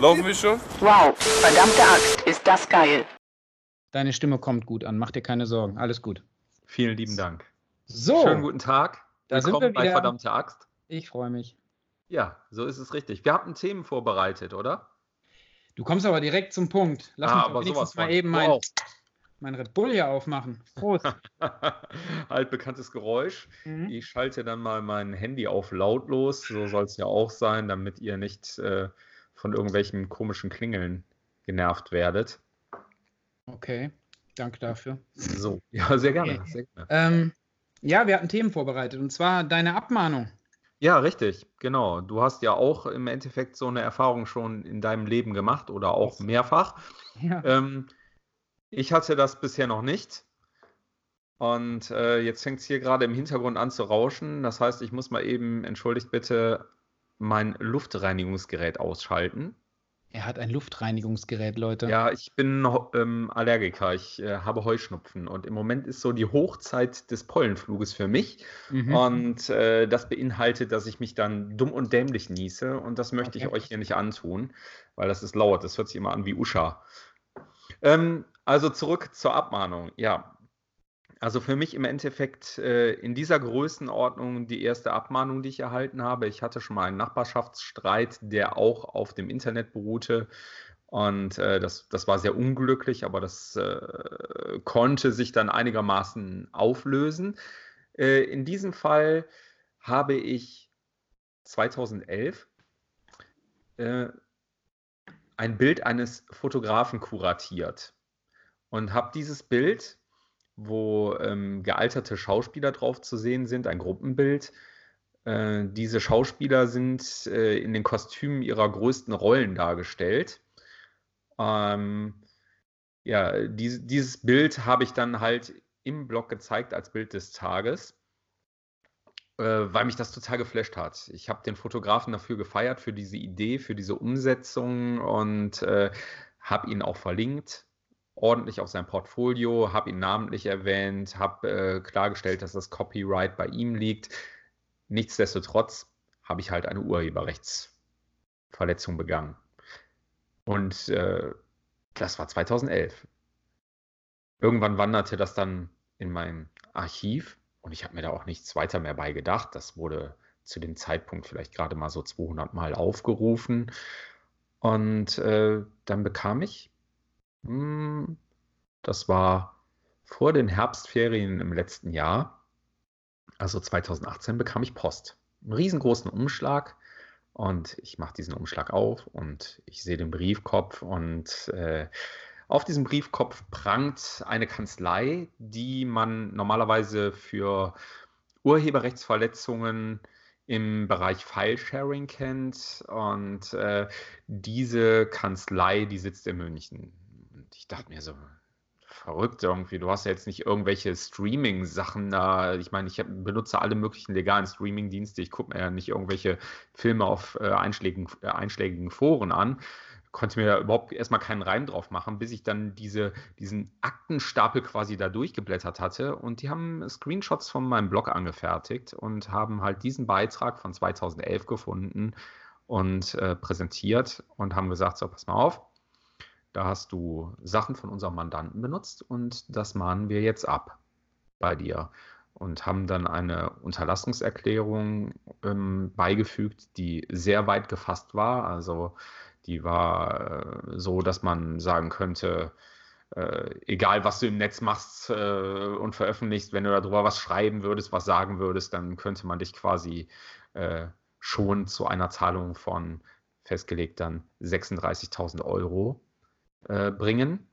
Laufen wir schon? Wow, verdammte Axt, ist das geil. Deine Stimme kommt gut an, mach dir keine Sorgen, alles gut. Vielen lieben Dank. So, Schönen guten Tag. da sind wir Willkommen bei wieder. Verdammte Axt. Ich freue mich. Ja, so ist es richtig. Wir hatten Themen vorbereitet, oder? Du kommst aber direkt zum Punkt. Lass mich doch aber wenigstens sowas mal von. eben Wow. mein Red Bull hier aufmachen. Prost. Altbekanntes Geräusch. Mhm. Ich schalte dann mal mein Handy auf lautlos. So soll es ja auch sein, damit ihr nicht von irgendwelchen komischen Klingeln genervt werdet. Okay, danke dafür. So, ja, sehr gerne. Okay. Sehr gerne. Ja, wir hatten Themen vorbereitet und zwar deine Abmahnung. Ja, richtig, genau. Du hast ja auch im Endeffekt so eine Erfahrung schon in deinem Leben gemacht oder auch mehrfach. Ja. Ich hatte das bisher noch nicht. Und jetzt fängt es hier gerade im Hintergrund an zu rauschen. Das heißt, ich muss mal eben, entschuldigt bitte, mein Luftreinigungsgerät ausschalten. Er hat ein Luftreinigungsgerät, Leute. Ja, ich bin Allergiker. Ich habe Heuschnupfen. Und im Moment ist so die Hochzeit des Pollenfluges für mich. Mhm. Und das beinhaltet, dass ich mich dann dumm und dämlich niese. Und das möchte ich Okay. euch hier nicht antun, weil das ist laut. Das hört sich immer an wie Usha. Also zurück zur Abmahnung. Ja, also für mich im Endeffekt in dieser Größenordnung die erste Abmahnung, die ich erhalten habe. Ich hatte schon mal einen Nachbarschaftsstreit, der auch auf dem Internet beruhte. Und das war sehr unglücklich, aber das konnte sich dann einigermaßen auflösen. In diesem Fall habe ich 2011 ein Bild eines Fotografen kuratiert und habe dieses Bild, wo gealterte Schauspieler drauf zu sehen sind, ein Gruppenbild. Diese Schauspieler sind in den Kostümen ihrer größten Rollen dargestellt. Ja, dieses Bild habe ich dann halt im Blog gezeigt als Bild des Tages, weil mich das total geflasht hat. Ich habe den Fotografen dafür gefeiert, für diese Idee, für diese Umsetzung und habe ihn auch verlinkt, ordentlich auf sein Portfolio, habe ihn namentlich erwähnt, habe klargestellt, dass das Copyright bei ihm liegt. Nichtsdestotrotz habe ich halt eine Urheberrechtsverletzung begangen. Und das war 2011. Irgendwann wanderte das dann in mein Archiv und ich habe mir da auch nichts weiter mehr bei gedacht. Das wurde zu dem Zeitpunkt vielleicht gerade mal so 200 Mal aufgerufen. Und dann bekam ich, das war vor den Herbstferien im letzten Jahr, also 2018, bekam ich Post. Einen riesengroßen Umschlag. Und ich mache diesen Umschlag auf und ich sehe den Briefkopf und auf diesem Briefkopf prangt eine Kanzlei, die man normalerweise für Urheberrechtsverletzungen im Bereich File-Sharing kennt. Und diese Kanzlei, die sitzt in München. Und ich dachte mir so, verrückt irgendwie. Du hast ja jetzt nicht irgendwelche Streaming-Sachen da. Ich meine, ich benutze alle möglichen legalen Streaming-Dienste. Ich gucke mir ja nicht irgendwelche Filme auf einschlägigen Foren an. Konnte mir da überhaupt erstmal keinen Reim drauf machen, bis ich dann diesen Aktenstapel quasi da durchgeblättert hatte. Und die haben Screenshots von meinem Blog angefertigt und haben halt diesen Beitrag von 2011 gefunden und präsentiert und haben gesagt, so, pass mal auf. Da hast du Sachen von unserem Mandanten benutzt und das mahnen wir jetzt ab bei dir. Und haben dann eine Unterlassungserklärung beigefügt, die sehr weit gefasst war. Also die war so, dass man sagen könnte, egal was du im Netz machst und veröffentlichst, wenn du darüber was schreiben würdest, was sagen würdest, dann könnte man dich quasi schon zu einer Zahlung von festgelegt dann 36.000 Euro bringen.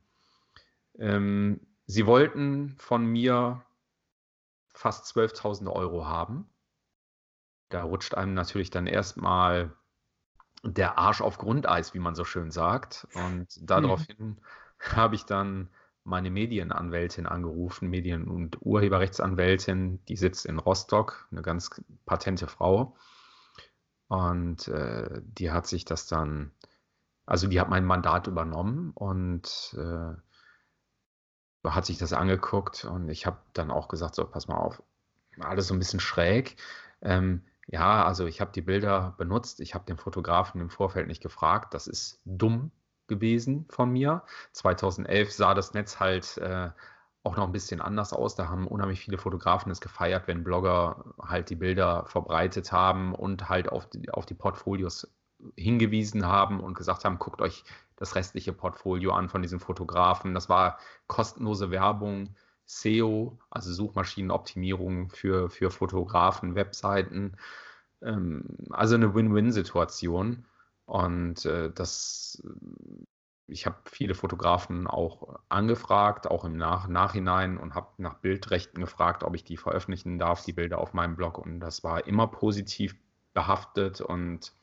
Sie wollten von mir fast 12.000 Euro haben. Da rutscht einem natürlich dann erstmal der Arsch auf Grundeis, wie man so schön sagt. Und daraufhin habe ich dann meine Medienanwältin angerufen, Medien- und Urheberrechtsanwältin, die sitzt in Rostock, eine ganz patente Frau. Und die hat sich das dann, also die hat mein Mandat übernommen und hat sich das angeguckt und ich habe dann auch gesagt, so, pass mal auf, alles so ein bisschen schräg. Ja, also ich habe die Bilder benutzt. Ich habe den Fotografen im Vorfeld nicht gefragt. Das ist dumm gewesen von mir. 2011 sah das Netz halt auch noch ein bisschen anders aus. Da haben unheimlich viele Fotografen es gefeiert, wenn Blogger halt die Bilder verbreitet haben und halt auf die Portfolios hingewiesen haben und gesagt haben, guckt euch das restliche Portfolio an von diesen Fotografen. Das war kostenlose Werbung, SEO, also Suchmaschinenoptimierung für Fotografen, Webseiten. Also eine Win-Win-Situation. Und ich habe viele Fotografen auch angefragt, auch im Nachhinein und habe nach Bildrechten gefragt, ob ich die veröffentlichen darf, die Bilder auf meinem Blog. Und das war immer positiv behaftet. Und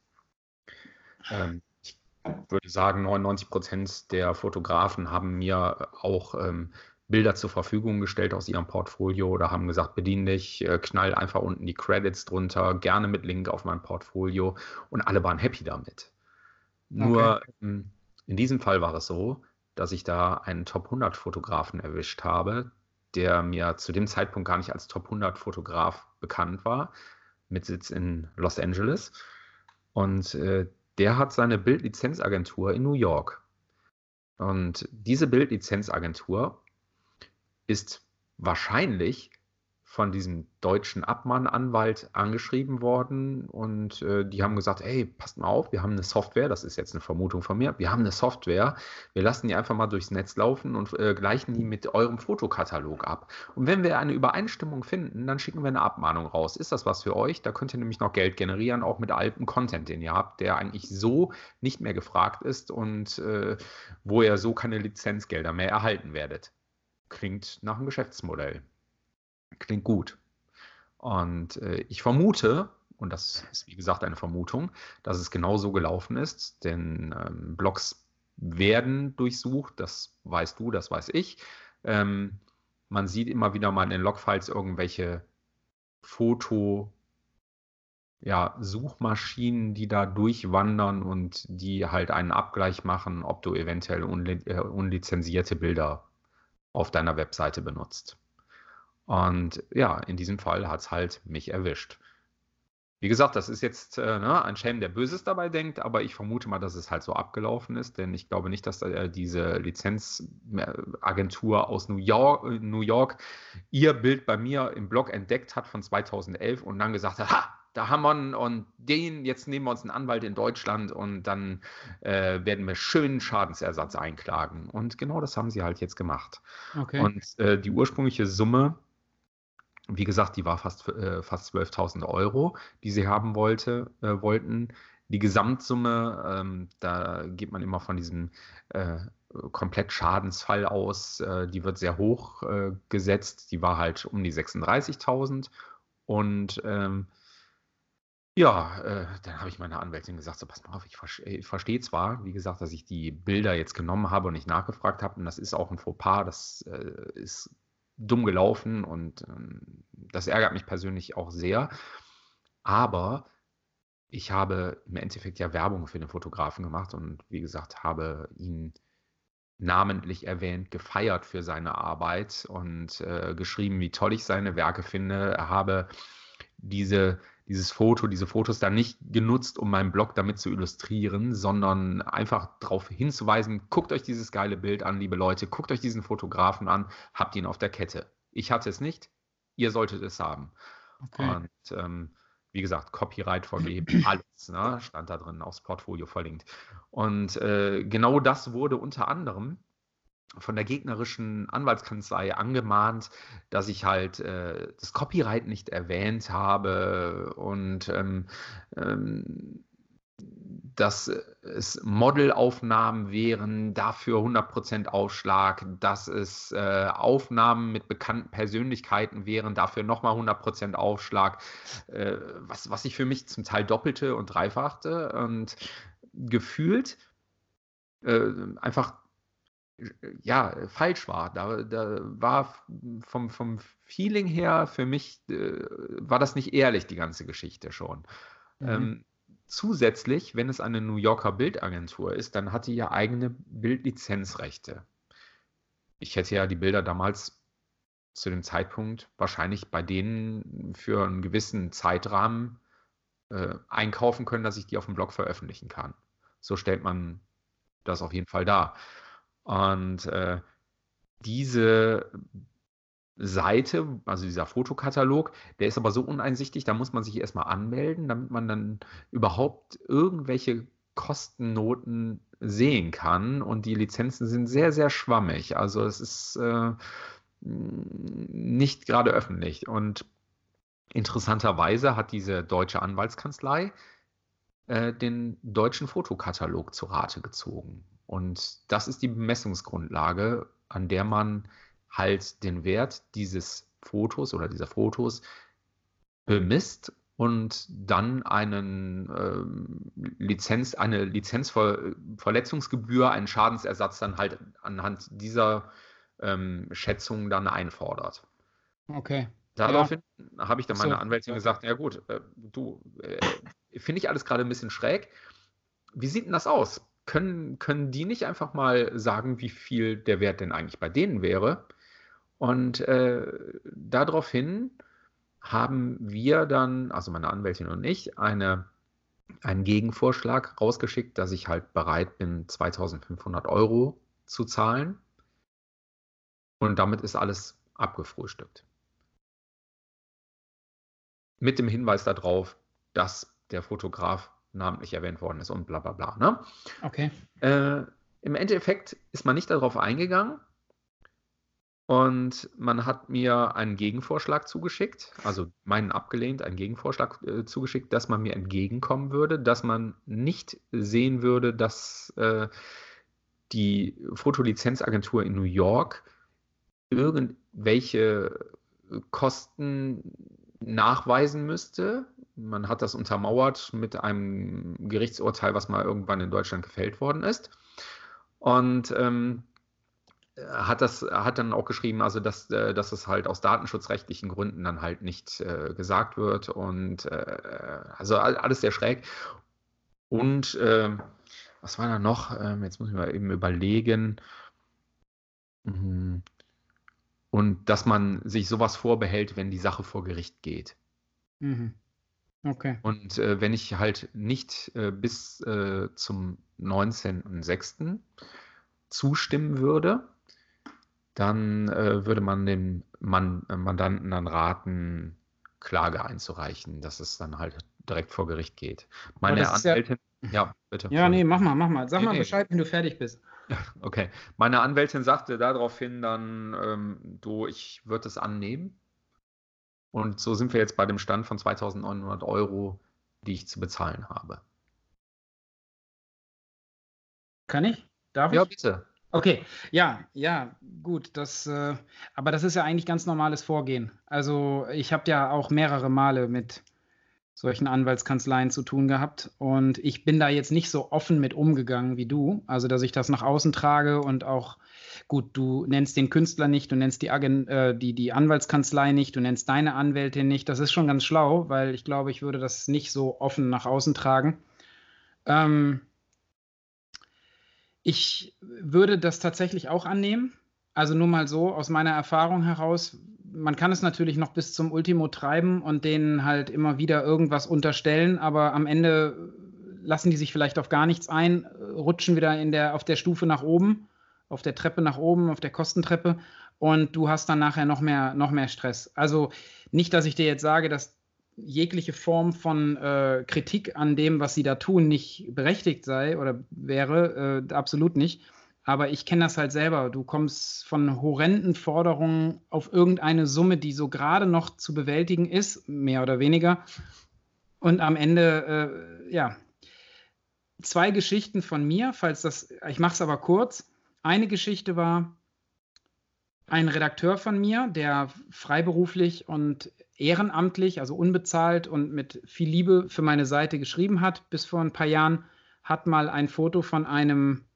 ich würde sagen, 99% der Fotografen haben mir auch Bilder zur Verfügung gestellt aus ihrem Portfolio oder haben gesagt, bedien dich, knall einfach unten die Credits drunter, gerne mit Link auf mein Portfolio und alle waren happy damit. Okay. Nur in diesem Fall war es so, dass ich da einen Top 100 Fotografen erwischt habe, der mir zu dem Zeitpunkt gar nicht als Top 100 Fotograf bekannt war, mit Sitz in Los Angeles. Und der hat seine Bildlizenzagentur in New York. Und diese Bildlizenzagentur ist wahrscheinlich von diesem deutschen Abmahnanwalt angeschrieben worden und die haben gesagt, hey, passt mal auf, wir haben eine Software, das ist jetzt eine Vermutung von mir, wir haben eine Software, wir lassen die einfach mal durchs Netz laufen und gleichen die mit eurem Fotokatalog ab. Und wenn wir eine Übereinstimmung finden, dann schicken wir eine Abmahnung raus. Ist das was für euch? Da könnt ihr nämlich noch Geld generieren, auch mit altem Content, den ihr habt, der eigentlich so nicht mehr gefragt ist und wo ihr so keine Lizenzgelder mehr erhalten werdet. Klingt nach einem Geschäftsmodell. Klingt gut. Und ich vermute, und das ist wie gesagt eine Vermutung, dass es genau so gelaufen ist, denn Blogs werden durchsucht, das weißt du, das weiß ich. Man sieht immer wieder mal in den Logfiles irgendwelche Foto, ja, Suchmaschinen, die da durchwandern und die halt einen Abgleich machen, ob du eventuell unlizenzierte Bilder auf deiner Webseite benutzt. Und ja, in diesem Fall hat es halt mich erwischt. Wie gesagt, das ist jetzt ein Schelm, der Böses dabei denkt, aber ich vermute mal, dass es halt so abgelaufen ist, denn ich glaube nicht, dass diese Lizenzagentur aus New York ihr Bild bei mir im Blog entdeckt hat von 2011 und dann gesagt hat, ha, da haben wir ihn und jetzt nehmen wir uns einen Anwalt in Deutschland und dann werden wir schönen Schadensersatz einklagen. Und genau das haben sie halt jetzt gemacht. Okay. Und die ursprüngliche Summe, wie gesagt, die war fast 12.000 Euro, die sie haben wollten. Die Gesamtsumme, da geht man immer von diesem Komplettschadensfall aus, die wird sehr hoch gesetzt. Die war halt um die 36.000. Und ja, dann habe ich meiner Anwältin gesagt, so pass mal auf, ich verstehe zwar, wie gesagt, dass ich die Bilder jetzt genommen habe und nicht nachgefragt habe, und das ist auch ein Fauxpas, das ist dumm gelaufen und das ärgert mich persönlich auch sehr. Aber ich habe im Endeffekt ja Werbung für den Fotografen gemacht und wie gesagt, habe ihn namentlich erwähnt, gefeiert für seine Arbeit und geschrieben, wie toll ich seine Werke finde. Habe diese Fotos dann nicht genutzt, um meinen Blog damit zu illustrieren, sondern einfach darauf hinzuweisen, guckt euch dieses geile Bild an, liebe Leute, guckt euch diesen Fotografen an, habt ihn auf der Kette. Ich hatte es nicht, ihr solltet es haben. Okay. Und wie gesagt, Copyright vergeben, alles, ne, stand da drin, aufs Portfolio verlinkt. Und genau das wurde unter anderem von der gegnerischen Anwaltskanzlei angemahnt, dass ich halt das Copyright nicht erwähnt habe und dass es Modelaufnahmen wären, dafür 100% Aufschlag, dass es Aufnahmen mit bekannten Persönlichkeiten wären, dafür nochmal 100% Aufschlag, was ich für mich zum Teil doppelte und dreifachte und gefühlt einfach ja, falsch war. Da war vom Feeling her für mich, war das nicht ehrlich, die ganze Geschichte schon. Mhm. Zusätzlich, wenn es eine New Yorker Bildagentur ist, dann hat die ja eigene Bildlizenzrechte. Ich hätte ja die Bilder damals zu dem Zeitpunkt wahrscheinlich bei denen für einen gewissen Zeitrahmen einkaufen können, dass ich die auf dem Blog veröffentlichen kann. So stellt man das auf jeden Fall dar. Und diese Seite, also dieser Fotokatalog, der ist aber so uneinsichtig, da muss man sich erstmal anmelden, damit man dann überhaupt irgendwelche Kostennoten sehen kann. Und die Lizenzen sind sehr, sehr schwammig. Also es ist nicht gerade öffentlich. Und interessanterweise hat diese deutsche Anwaltskanzlei den deutschen Fotokatalog zu Rate gezogen. Und das ist die Bemessungsgrundlage, an der man halt den Wert dieses Fotos oder dieser Fotos bemisst und dann eine Lizenzverletzungsgebühr, einen Schadensersatz dann halt anhand dieser Schätzung dann einfordert. Okay. Daraufhin habe ich dann Ach so. meiner Anwältin gesagt, ja gut, finde ich alles gerade ein bisschen schräg. Wie sieht denn das aus? Können die nicht einfach mal sagen, wie viel der Wert denn eigentlich bei denen wäre? Und daraufhin haben wir dann, also meine Anwältin und ich, einen Gegenvorschlag rausgeschickt, dass ich halt bereit bin, 2.500 € zu zahlen. Und damit ist alles abgefrühstückt. Mit dem Hinweis darauf, dass der Fotograf namentlich erwähnt worden ist und bla bla bla. Ne? Okay. Im Endeffekt ist man nicht darauf eingegangen und man hat mir einen Gegenvorschlag zugeschickt, also meinen abgelehnt, einen Gegenvorschlag zugeschickt, dass man mir entgegenkommen würde, dass man nicht sehen würde, dass die Fotolizenzagentur in New York irgendwelche Kosten nachweisen müsste. Man hat das untermauert mit einem Gerichtsurteil, was mal irgendwann in Deutschland gefällt worden ist. Und hat dann auch geschrieben, also dass es halt aus datenschutzrechtlichen Gründen dann halt nicht gesagt wird. Und also alles sehr schräg. Und was war da noch? Jetzt muss ich mal eben überlegen. Und dass man sich sowas vorbehält, wenn die Sache vor Gericht geht. Mhm. Okay. Und wenn ich halt nicht bis zum 19.06. zustimmen würde, dann würde man dem Mandanten dann raten, Klage einzureichen, dass es dann halt direkt vor Gericht geht. Meine Anwältin, ja, bitte. Ja, nee, mach mal. Sag mal Bescheid, wenn du fertig bist. Okay. Meine Anwältin sagte daraufhin dann, du, ich würde es annehmen. Und so sind wir jetzt bei dem Stand von 2.900 €, die ich zu bezahlen habe. Kann ich? Darf ich? Ja, bitte. Okay, ja, gut, aber das ist ja eigentlich ganz normales Vorgehen. Also ich habe ja auch mehrere Male mit solchen Anwaltskanzleien zu tun gehabt und ich bin da jetzt nicht so offen mit umgegangen wie du, also dass ich das nach außen trage und auch, gut, du nennst den Künstler nicht, du nennst die Anwaltskanzlei nicht, du nennst deine Anwältin nicht, das ist schon ganz schlau, weil ich glaube, ich würde das nicht so offen nach außen tragen. Ich würde das tatsächlich auch annehmen. Also nur mal so aus meiner Erfahrung heraus. Man kann es natürlich noch bis zum Ultimo treiben und denen halt immer wieder irgendwas unterstellen, aber am Ende lassen die sich vielleicht auf gar nichts ein, rutschen wieder auf der Stufe nach oben, auf der Treppe nach oben, auf der Kostentreppe und du hast dann nachher noch mehr Stress. Also nicht, dass ich dir jetzt sage, dass jegliche Form von Kritik an dem, was sie da tun, nicht berechtigt sei oder wäre, absolut nicht. Aber ich kenne das halt selber. Du kommst von horrenden Forderungen auf irgendeine Summe, die so gerade noch zu bewältigen ist, mehr oder weniger. Und am Ende, ja, 2 Geschichten von mir, ich mache es aber kurz. Eine Geschichte war ein Redakteur von mir, der freiberuflich und ehrenamtlich, also unbezahlt und mit viel Liebe für meine Seite geschrieben hat, bis vor ein paar Jahren, hat mal ein Foto von einem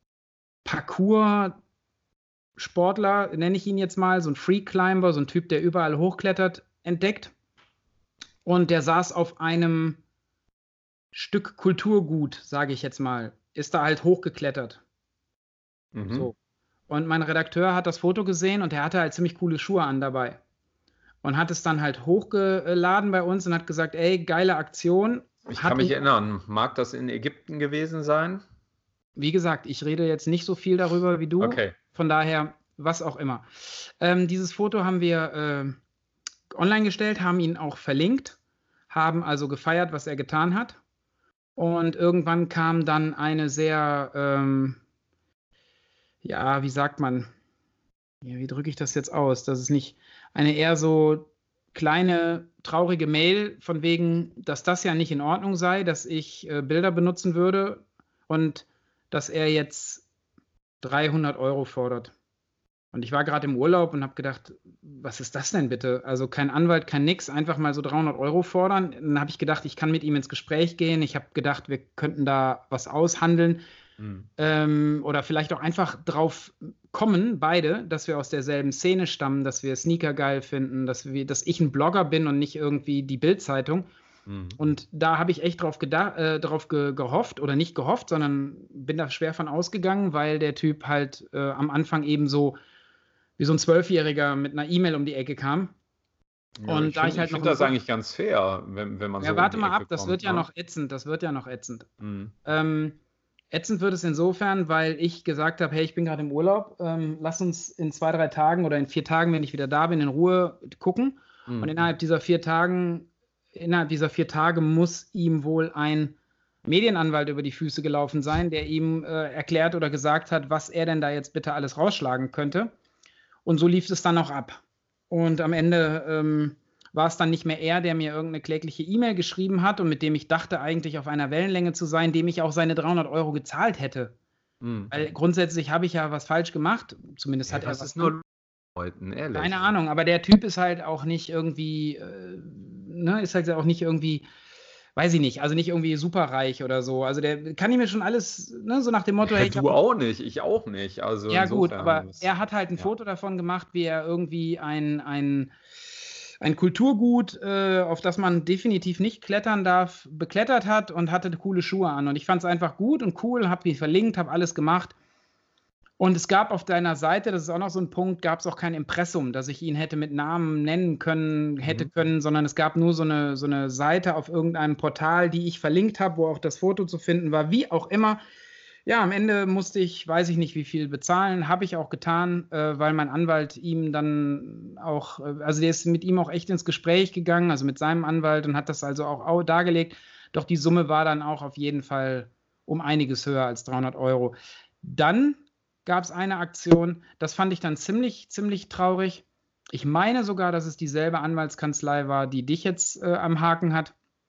Parcours-Sportler, nenne ich ihn jetzt mal, so ein Free-Climber, so ein Typ, der überall hochklettert, entdeckt. Und der saß auf einem Stück Kulturgut, sage ich jetzt mal, ist da halt hochgeklettert. So. Und mein Redakteur hat das Foto gesehen und der hatte halt ziemlich coole Schuhe an dabei. Und hat es dann halt hochgeladen bei uns und hat gesagt, ey, geile Aktion. Ich kann mich erinnern, mag das in Ägypten gewesen sein? Wie gesagt, ich rede jetzt nicht so viel darüber wie du. Okay. Von daher, was auch immer. Dieses Foto haben wir online gestellt, haben ihn auch verlinkt, haben also gefeiert, was er getan hat. Und irgendwann kam dann eine sehr, ja, wie sagt man, ja, wie drücke ich das jetzt aus? Das ist nicht eine eher so kleine, traurige Mail von wegen, dass das ja nicht in Ordnung sei, dass ich Bilder benutzen würde und dass er jetzt 300 € fordert. Und ich war gerade im Urlaub und habe gedacht, was ist das denn bitte? Also kein Anwalt, kein nix, einfach mal so 300 € fordern. Dann habe ich gedacht, ich kann mit ihm ins Gespräch gehen. Ich habe gedacht, wir könnten da was aushandeln. Oder vielleicht auch einfach drauf kommen, beide, dass wir aus derselben Szene stammen, dass wir Sneaker geil finden, dass ich ein Blogger bin und nicht irgendwie die Bild-Zeitung. Und da habe ich echt drauf gehofft, oder nicht gehofft, sondern bin da schwer von ausgegangen, weil der Typ halt am Anfang eben so wie so ein 12-Jähriger mit einer E-Mail um die Ecke kam. Ja, und ich finde das eigentlich ganz fair, wenn man so. Ja, warte mal ab, das wird ja noch ätzend. Ätzend wird es insofern, weil ich gesagt habe, hey, ich bin gerade im Urlaub, lass uns in 2, 3 Tagen oder in 4 Tagen, wenn ich wieder da bin, in Ruhe gucken. Und innerhalb dieser 4 Tage muss ihm wohl ein Medienanwalt über die Füße gelaufen sein, der ihm erklärt oder gesagt hat, was er denn da jetzt bitte alles rausschlagen könnte. Und so lief es dann auch ab. Und am Ende war es dann nicht mehr er, der mir irgendeine klägliche E-Mail geschrieben hat und mit dem ich dachte, eigentlich auf einer Wellenlänge zu sein, dem ich auch seine 300 € gezahlt hätte. Weil grundsätzlich habe ich ja was falsch gemacht. Zumindest hat er was. Das ist nur Leuten, ehrlich. Keine Ahnung, aber der Typ ist halt auch nicht irgendwie, ist halt auch nicht irgendwie, weiß ich nicht, also nicht irgendwie superreich oder so. Also der kann ich mir schon alles, so nach dem Motto, Ja, hey, du auch nicht, ich auch nicht. Also ja gut, insofern aber er hat halt ein Foto davon gemacht, wie er irgendwie ein Kulturgut, auf das man definitiv nicht klettern darf, beklettert hat und hatte coole Schuhe an. Und ich fand es einfach gut und cool, habe ihn verlinkt, habe alles gemacht. Und es gab auf deiner Seite, das ist auch noch so ein Punkt, gab es auch kein Impressum, dass ich ihn hätte mit Namen nennen können, sondern es gab nur so eine Seite auf irgendeinem Portal, die ich verlinkt habe, wo auch das Foto zu finden war, wie auch immer. Ja, am Ende musste ich, weiß ich nicht, wie viel bezahlen, habe ich auch getan, weil mein Anwalt ihm dann auch, also der ist mit ihm auch echt ins Gespräch gegangen, also mit seinem Anwalt und hat das also auch dargelegt. Doch die Summe war dann auch auf jeden Fall um einiges höher als 300 €. Dann gab es eine Aktion, das fand ich dann ziemlich, ziemlich traurig. Ich meine sogar, dass es dieselbe Anwaltskanzlei war, die dich jetzt am Haken hat.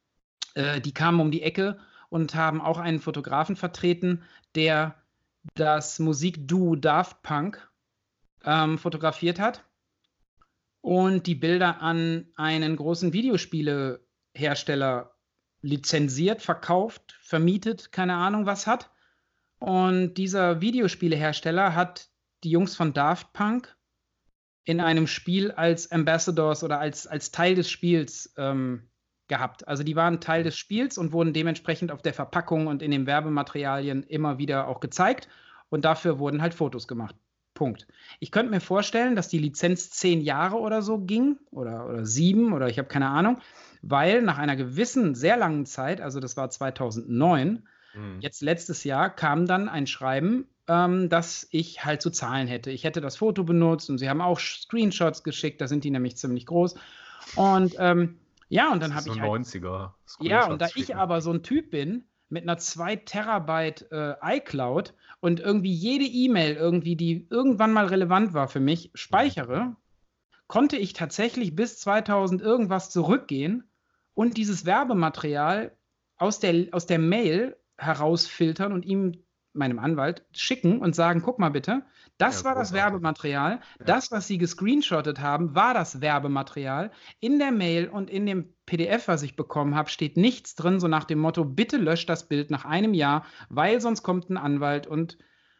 Die kamen um die Ecke und haben auch einen Fotografen vertreten, der das Musikduo Daft Punk fotografiert hat und die Bilder an einen großen Videospielehersteller lizenziert, verkauft, vermietet, keine Ahnung was hat. Und dieser Videospielehersteller hat die Jungs von Daft Punk in einem Spiel als Ambassadors oder als Teil des Spiels gehabt. Also die waren Teil des Spiels und wurden dementsprechend auf der Verpackung und in den Werbematerialien immer wieder auch gezeigt. Und dafür wurden halt Fotos gemacht. Punkt. Ich könnte mir vorstellen, dass die Lizenz 10 Jahre oder so ging oder 7 oder ich habe keine Ahnung, weil nach einer gewissen, sehr langen Zeit, also das war 2009, jetzt letztes Jahr, kam dann ein Schreiben, dass ich halt zu zahlen hätte. Ich hätte das Foto benutzt und sie haben auch Screenshots geschickt, da sind die nämlich ziemlich groß. Und ja, und dann habe ich halt 90er. Ja, und da ich aber so ein Typ bin mit einer 2 Terabyte iCloud und irgendwie jede E-Mail irgendwie, die irgendwann mal relevant war für mich, speichere, konnte ich tatsächlich bis 2000 irgendwas zurückgehen und dieses Werbematerial aus der Mail herausfiltern und ihm, meinem Anwalt, schicken und sagen, guck mal bitte, das war das Werbematerial, das, was Sie gescreenshottet haben, war das Werbematerial. In der Mail und in dem PDF, was ich bekommen habe, steht nichts drin, so nach dem Motto, bitte löscht das Bild nach einem Jahr, weil sonst kommt ein Anwalt und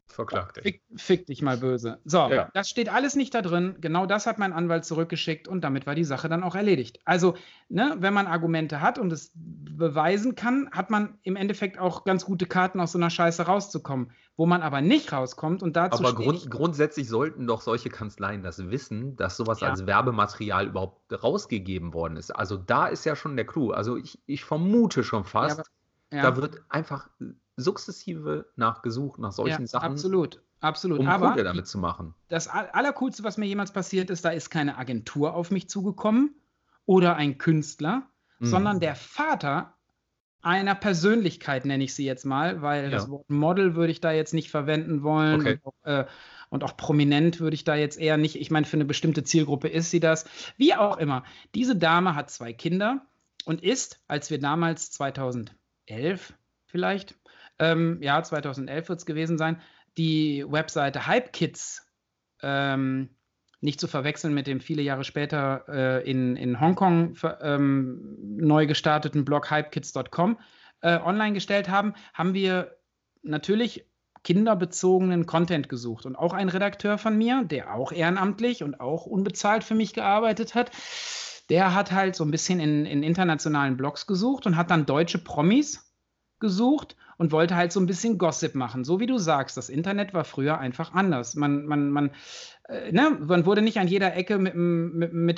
Verklagt dich. Fick dich mal böse. So, Ja. das steht alles nicht da drin. Genau das hat mein Anwalt zurückgeschickt und damit war die Sache dann auch erledigt. Also, ne, wenn man Argumente hat und es beweisen kann, hat man im Endeffekt auch ganz gute Karten, aus so einer Scheiße rauszukommen. Wo man aber nicht rauskommt und dazu Aber stehe ich, grundsätzlich sollten doch solche Kanzleien das wissen, dass sowas Ja. als Werbematerial überhaupt rausgegeben worden ist. Also da ist ja schon der Clou. Also ich vermute schon fast, ja, da wird einfach sukzessive nachgesucht, nach solchen Sachen, absolut. um Aber Kohle damit zu machen. das Allercoolste, was mir jemals passiert ist, da ist keine Agentur auf mich zugekommen oder ein Künstler, sondern der Vater einer Persönlichkeit, nenne ich sie jetzt mal, weil das Wort Model würde ich da jetzt nicht verwenden wollen. Okay. Und auch prominent würde ich da jetzt eher nicht. Ich meine, für eine bestimmte Zielgruppe ist sie das. Wie auch immer. Diese Dame hat 2 Kinder und ist, als wir damals 2011 vielleicht, 2011 wird es gewesen sein, die Webseite HypeKids, nicht zu verwechseln mit dem viele Jahre später in Hongkong neu gestarteten Blog hypekids.com online gestellt haben, haben wir natürlich kinderbezogenen Content gesucht. Und auch ein Redakteur von mir, der auch ehrenamtlich und auch unbezahlt für mich gearbeitet hat, der hat halt so ein bisschen in internationalen Blogs gesucht und hat dann deutsche Promis gesucht und wollte halt so ein bisschen Gossip machen. So wie du sagst, das Internet war früher einfach anders. Man wurde nicht an jeder Ecke mit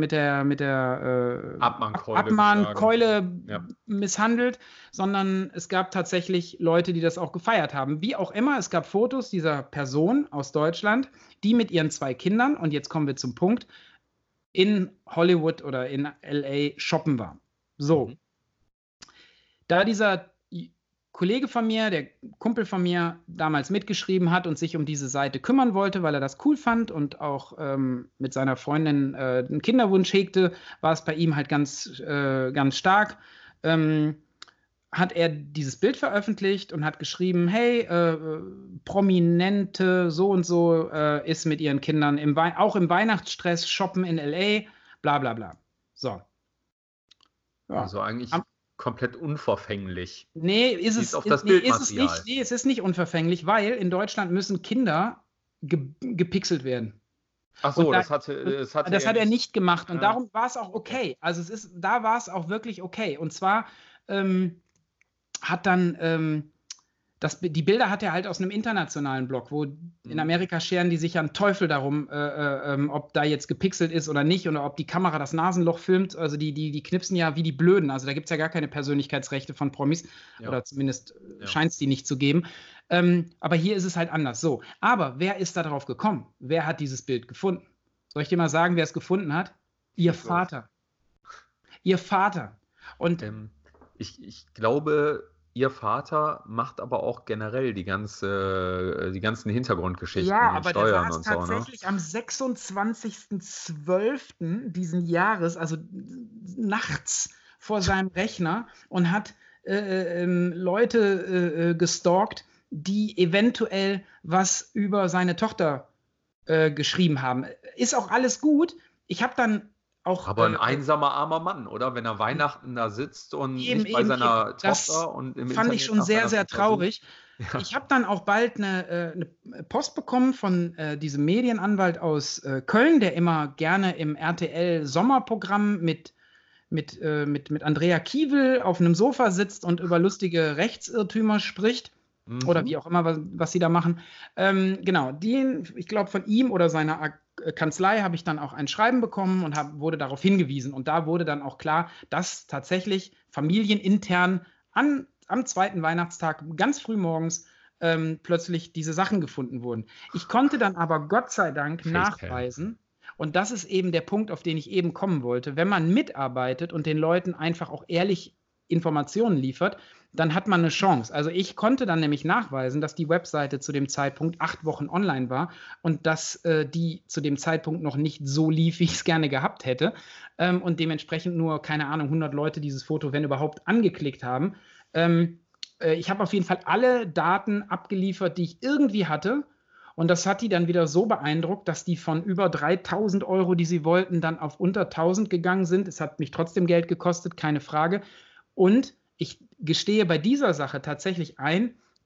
der Abmahnkeule misshandelt, sondern es gab tatsächlich Leute, die das auch gefeiert haben. Wie auch immer, es gab Fotos dieser Person aus Deutschland, die mit ihren 2 Kindern, und jetzt kommen wir zum Punkt, in Hollywood oder in LA shoppen war. So. Da dieser Kollege von mir, der Kumpel von mir, damals mitgeschrieben hat und sich um diese Seite kümmern wollte, weil er das cool fand und auch mit seiner Freundin einen Kinderwunsch hegte, war es bei ihm halt ganz stark. Hat er dieses Bild veröffentlicht und hat geschrieben, hey, Prominente so und so ist mit ihren Kindern auch im Weihnachtsstress shoppen in L.A., bla bla bla. So. Ja. Also eigentlich komplett unverfänglich. Nee, es ist nicht unverfänglich, weil in Deutschland müssen Kinder gepixelt werden. Ach so, das hat er nicht gemacht und Ja. darum war es auch okay. Also da war es auch wirklich okay. Und zwar hat dann die Bilder hat er halt aus einem internationalen Blog, wo in Amerika scheren die sich einen Teufel darum, ob da jetzt gepixelt ist oder nicht oder ob die Kamera das Nasenloch filmt. Also die knipsen ja wie die Blöden. Also da gibt es ja gar keine Persönlichkeitsrechte von Promis oder zumindest scheint es die nicht zu geben. Aber hier ist es halt anders. So, aber wer ist da drauf gekommen? Wer hat dieses Bild gefunden? Soll ich dir mal sagen, wer es gefunden hat? Ihr Vater. Ihr Vater. Und ich glaube, Ihr Vater macht aber auch generell die ganzen Hintergrundgeschichten mit den Steuern und so. Ja, aber der saß tatsächlich am 26.12. diesen Jahres, also nachts vor seinem Rechner und hat Leute gestalkt, die eventuell was über seine Tochter geschrieben haben. Ist auch alles gut. Ich habe dann auch, aber ein einsamer, armer Mann, oder? Wenn er Weihnachten da sitzt und nicht bei seiner Tochter und im Internet. Fand ich schon sehr, sehr traurig. Ja. Ich habe dann auch bald eine Post bekommen von diesem Medienanwalt aus Köln, der immer gerne im RTL-Sommerprogramm mit Andrea Kiewel auf einem Sofa sitzt und über lustige Rechtsirrtümer spricht. Oder wie auch immer, was sie da machen. Genau, ich glaube, von ihm oder seiner Kanzlei habe ich dann auch ein Schreiben bekommen und wurde darauf hingewiesen. Und da wurde dann auch klar, dass tatsächlich familienintern am 2. Weihnachtstag ganz früh morgens plötzlich diese Sachen gefunden wurden. Ich konnte dann aber Gott sei Dank nachweisen, und das ist eben der Punkt, auf den ich eben kommen wollte, wenn man mitarbeitet und den Leuten einfach auch ehrlich Informationen liefert, dann hat man eine Chance. Also ich konnte dann nämlich nachweisen, dass die Webseite zu dem Zeitpunkt 8 Wochen online war und dass die zu dem Zeitpunkt noch nicht so lief, wie ich es gerne gehabt hätte und dementsprechend nur, keine Ahnung, 100 Leute dieses Foto, wenn überhaupt, angeklickt haben. Ich habe auf jeden Fall alle Daten abgeliefert, die ich irgendwie hatte. Und das hat die dann wieder so beeindruckt, dass die von über 3.000 Euro, die sie wollten, dann auf unter 1.000 gegangen sind. Es hat mich trotzdem Geld gekostet, keine Frage. Und ich gestehe bei dieser Sache tatsächlich ein,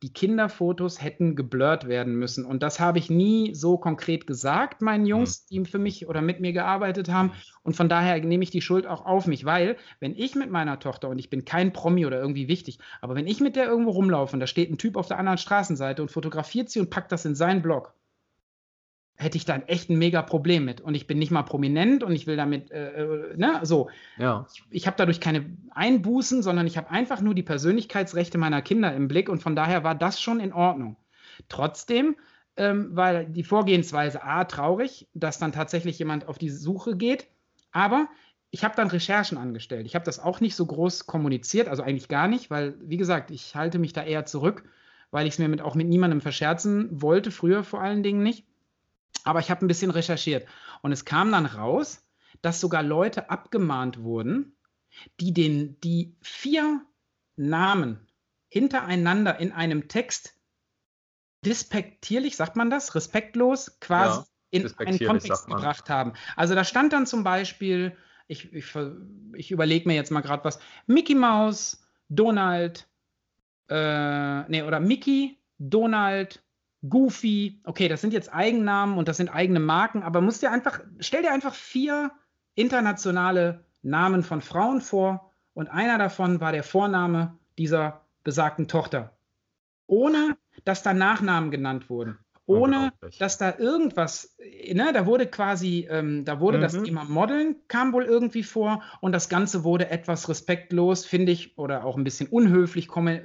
die Kinderfotos hätten geblurrt werden müssen. Und das habe ich nie so konkret gesagt, meinen Jungs, die für mich oder mit mir gearbeitet haben. Und von daher nehme ich die Schuld auch auf mich, weil wenn ich mit meiner Tochter, und ich bin kein Promi oder irgendwie wichtig, aber wenn ich mit der irgendwo rumlaufe und da steht ein Typ auf der anderen Straßenseite und fotografiert sie und packt das in seinen Blog, hätte ich da echt ein mega Problem mit. Und ich bin nicht mal prominent und ich will damit, so. Ja. Ich habe dadurch keine Einbußen, sondern ich habe einfach nur die Persönlichkeitsrechte meiner Kinder im Blick und von daher war das schon in Ordnung. Trotzdem war die Vorgehensweise traurig, dass dann tatsächlich jemand auf die Suche geht, aber ich habe dann Recherchen angestellt. Ich habe das auch nicht so groß kommuniziert, also eigentlich gar nicht, weil, wie gesagt, ich halte mich da eher zurück, weil ich es mir auch mit niemandem verscherzen wollte, früher vor allen Dingen nicht. Aber ich habe ein bisschen recherchiert und es kam dann raus, dass sogar Leute abgemahnt wurden, die 4 Namen hintereinander in einem Text despektierlich, sagt man das, respektlos quasi in einen Kontext gebracht haben. Also da stand dann zum Beispiel, ich überlege mir jetzt mal gerade was, Mickey Mouse, Donald, oder Mickey, Donald, Goofy, okay, das sind jetzt Eigennamen und das sind eigene Marken, aber stell dir einfach 4 internationale Namen von Frauen vor und einer davon war der Vorname dieser besagten Tochter. Ohne, dass da Nachnamen genannt wurden. Ohne, dass da irgendwas, da wurde quasi, das Thema Modeln kam wohl irgendwie vor und das Ganze wurde etwas respektlos, finde ich, oder auch ein bisschen unhöflich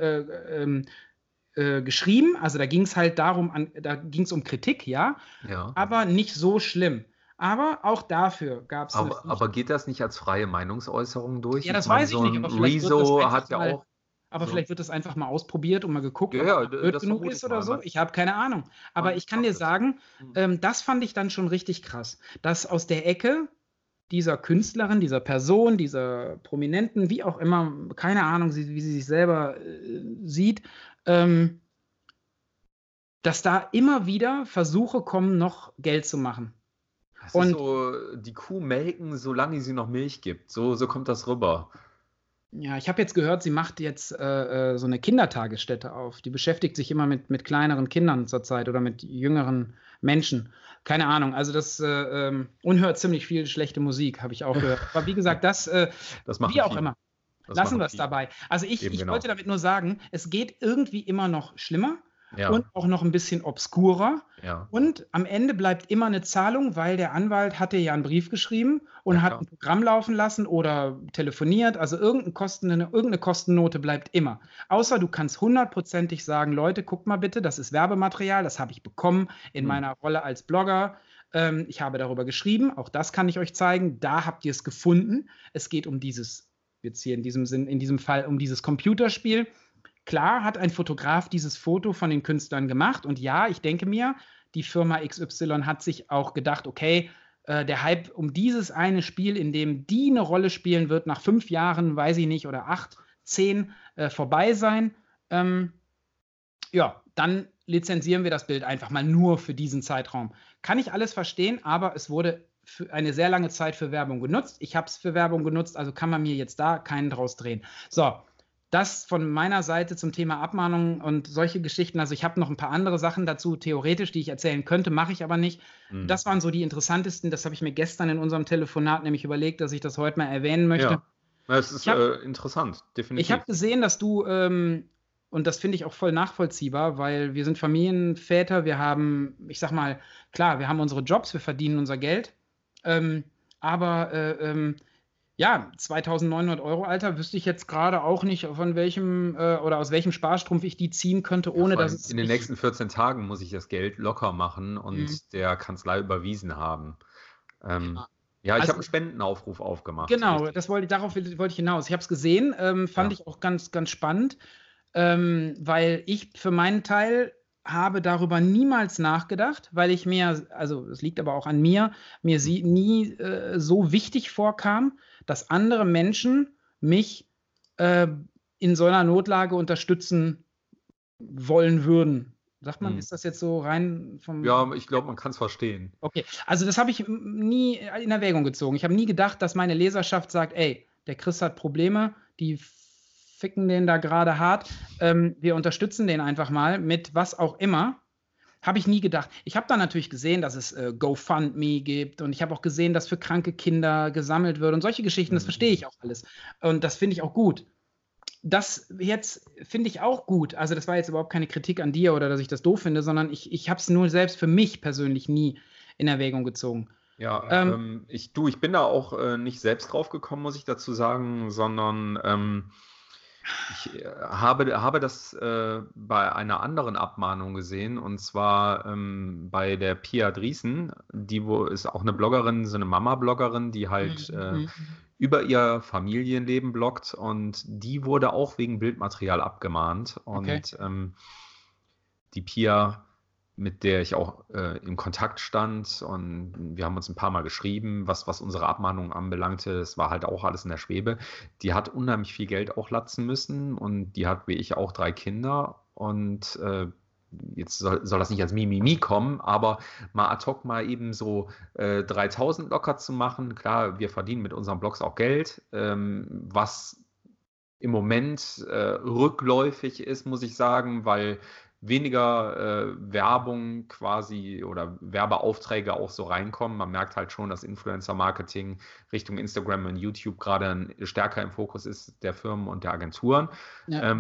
geschrieben, also da ging es halt darum, da ging es um Kritik, ja, aber nicht so schlimm. Aber auch dafür gab es aber geht das nicht als freie Meinungsäußerung durch? Ja, das weiß ich nicht, aber vielleicht Rezo hat ja auch... Aber vielleicht wird das einfach mal ausprobiert und mal geguckt, ob es blöd genug ist oder so. Ich habe keine Ahnung. Aber ich kann dir sagen, das fand ich dann schon richtig krass, dass aus der Ecke dieser Künstlerin, dieser Person, dieser Prominenten, wie auch immer, keine Ahnung, wie sie sich selber sieht, dass da immer wieder Versuche kommen, noch Geld zu machen. Das ist so, die Kuh melken, solange sie noch Milch gibt. So kommt das rüber. Ja, ich habe jetzt gehört, sie macht jetzt so eine Kindertagesstätte auf. Die beschäftigt sich immer mit kleineren Kindern zurzeit oder mit jüngeren Menschen. Keine Ahnung, also das und hört ziemlich viel schlechte Musik, habe ich auch gehört. Aber wie gesagt, das wie auch immer. Lassen wir es dabei. Also ich wollte damit nur sagen, es geht irgendwie immer noch schlimmer und auch noch ein bisschen obskurer. Ja. Und am Ende bleibt immer eine Zahlung, weil der Anwalt hatte ja einen Brief geschrieben und hat ein Programm laufen lassen oder telefoniert. Also irgendeine Kostennote bleibt immer. Außer du kannst 100%ig sagen, Leute, guckt mal bitte, das ist Werbematerial, das habe ich bekommen in meiner Rolle als Blogger. Ich habe darüber geschrieben, auch das kann ich euch zeigen. Da habt ihr es gefunden. Es geht um dieses, jetzt hier in diesem Fall um dieses Computerspiel. Klar hat ein Fotograf dieses Foto von den Künstlern gemacht und ja, ich denke mir, die Firma XY hat sich auch gedacht, okay, der Hype um dieses eine Spiel, in dem die eine Rolle spielen wird, nach 5 Jahren, weiß ich nicht, oder 8, 10 vorbei sein. Dann lizenzieren wir das Bild einfach mal nur für diesen Zeitraum. Kann ich alles verstehen, aber es wurde für eine sehr lange Zeit für Werbung genutzt. Ich habe es für Werbung genutzt, also kann man mir jetzt da keinen draus drehen. So, das von meiner Seite zum Thema Abmahnung und solche Geschichten. Also ich habe noch ein paar andere Sachen dazu, theoretisch, die ich erzählen könnte, mache ich aber nicht. Das waren so die interessantesten. Das habe ich mir gestern in unserem Telefonat nämlich überlegt, dass ich das heute mal erwähnen möchte. Ja, das ist interessant, definitiv. Ich habe gesehen, dass du, und das finde ich auch voll nachvollziehbar, weil wir sind Familienväter, wir haben, ich sag mal, klar, wir haben unsere Jobs, wir verdienen unser Geld, aber 2.900 €, Alter, wüsste ich jetzt gerade auch nicht, von welchem oder aus welchem Sparstrumpf ich die ziehen könnte, ohne dass es... In den nächsten 14 Tagen muss ich das Geld locker machen und der Kanzlei überwiesen haben. Ich habe einen Spendenaufruf aufgemacht. Genau, darauf wollte ich hinaus. Ich habe es gesehen, fand ich auch ganz, ganz spannend, weil ich für meinen Teil habe darüber niemals nachgedacht, weil ich mir, also es liegt aber auch an mir nie so wichtig vorkam, dass andere Menschen mich in so einer Notlage unterstützen wollen würden. Sagt man, ist das jetzt so rein vom... Ja, ich glaube, man kann es verstehen. Okay, also das habe ich nie in Erwägung gezogen. Ich habe nie gedacht, dass meine Leserschaft sagt, ey, der Chris hat Probleme, die ficken den da gerade hart. Wir unterstützen den einfach mal mit was auch immer. Habe ich nie gedacht. Ich habe dann natürlich gesehen, dass es GoFundMe gibt und ich habe auch gesehen, dass für kranke Kinder gesammelt wird und solche Geschichten, das verstehe ich auch alles. Und das finde ich auch gut. Das jetzt finde ich auch gut. Also das war jetzt überhaupt keine Kritik an dir oder dass ich das doof finde, sondern ich habe es nur selbst für mich persönlich nie in Erwägung gezogen. Ja, ich bin da auch nicht selbst drauf gekommen, muss ich dazu sagen, sondern ich habe das bei einer anderen Abmahnung gesehen, und zwar bei der Pia Driesen, ist auch eine Bloggerin, so eine Mama-Bloggerin, die halt über ihr Familienleben bloggt, und die wurde auch wegen Bildmaterial abgemahnt. Und die Pia, mit der ich auch in Kontakt stand, und wir haben uns ein paar Mal geschrieben, was unsere Abmahnung anbelangte. Es war halt auch alles in der Schwebe. Die hat unheimlich viel Geld auch latzen müssen, und die hat, wie ich, auch 3 Kinder. Und jetzt soll das nicht als Mimimi kommen, aber mal ad hoc mal eben so 3.000 locker zu machen. Klar, wir verdienen mit unseren Blogs auch Geld, was im Moment rückläufig ist, muss ich sagen, weil weniger Werbung quasi oder Werbeaufträge auch so reinkommen. Man merkt halt schon, dass Influencer-Marketing Richtung Instagram und YouTube gerade stärker im Fokus ist der Firmen und der Agenturen. Ja.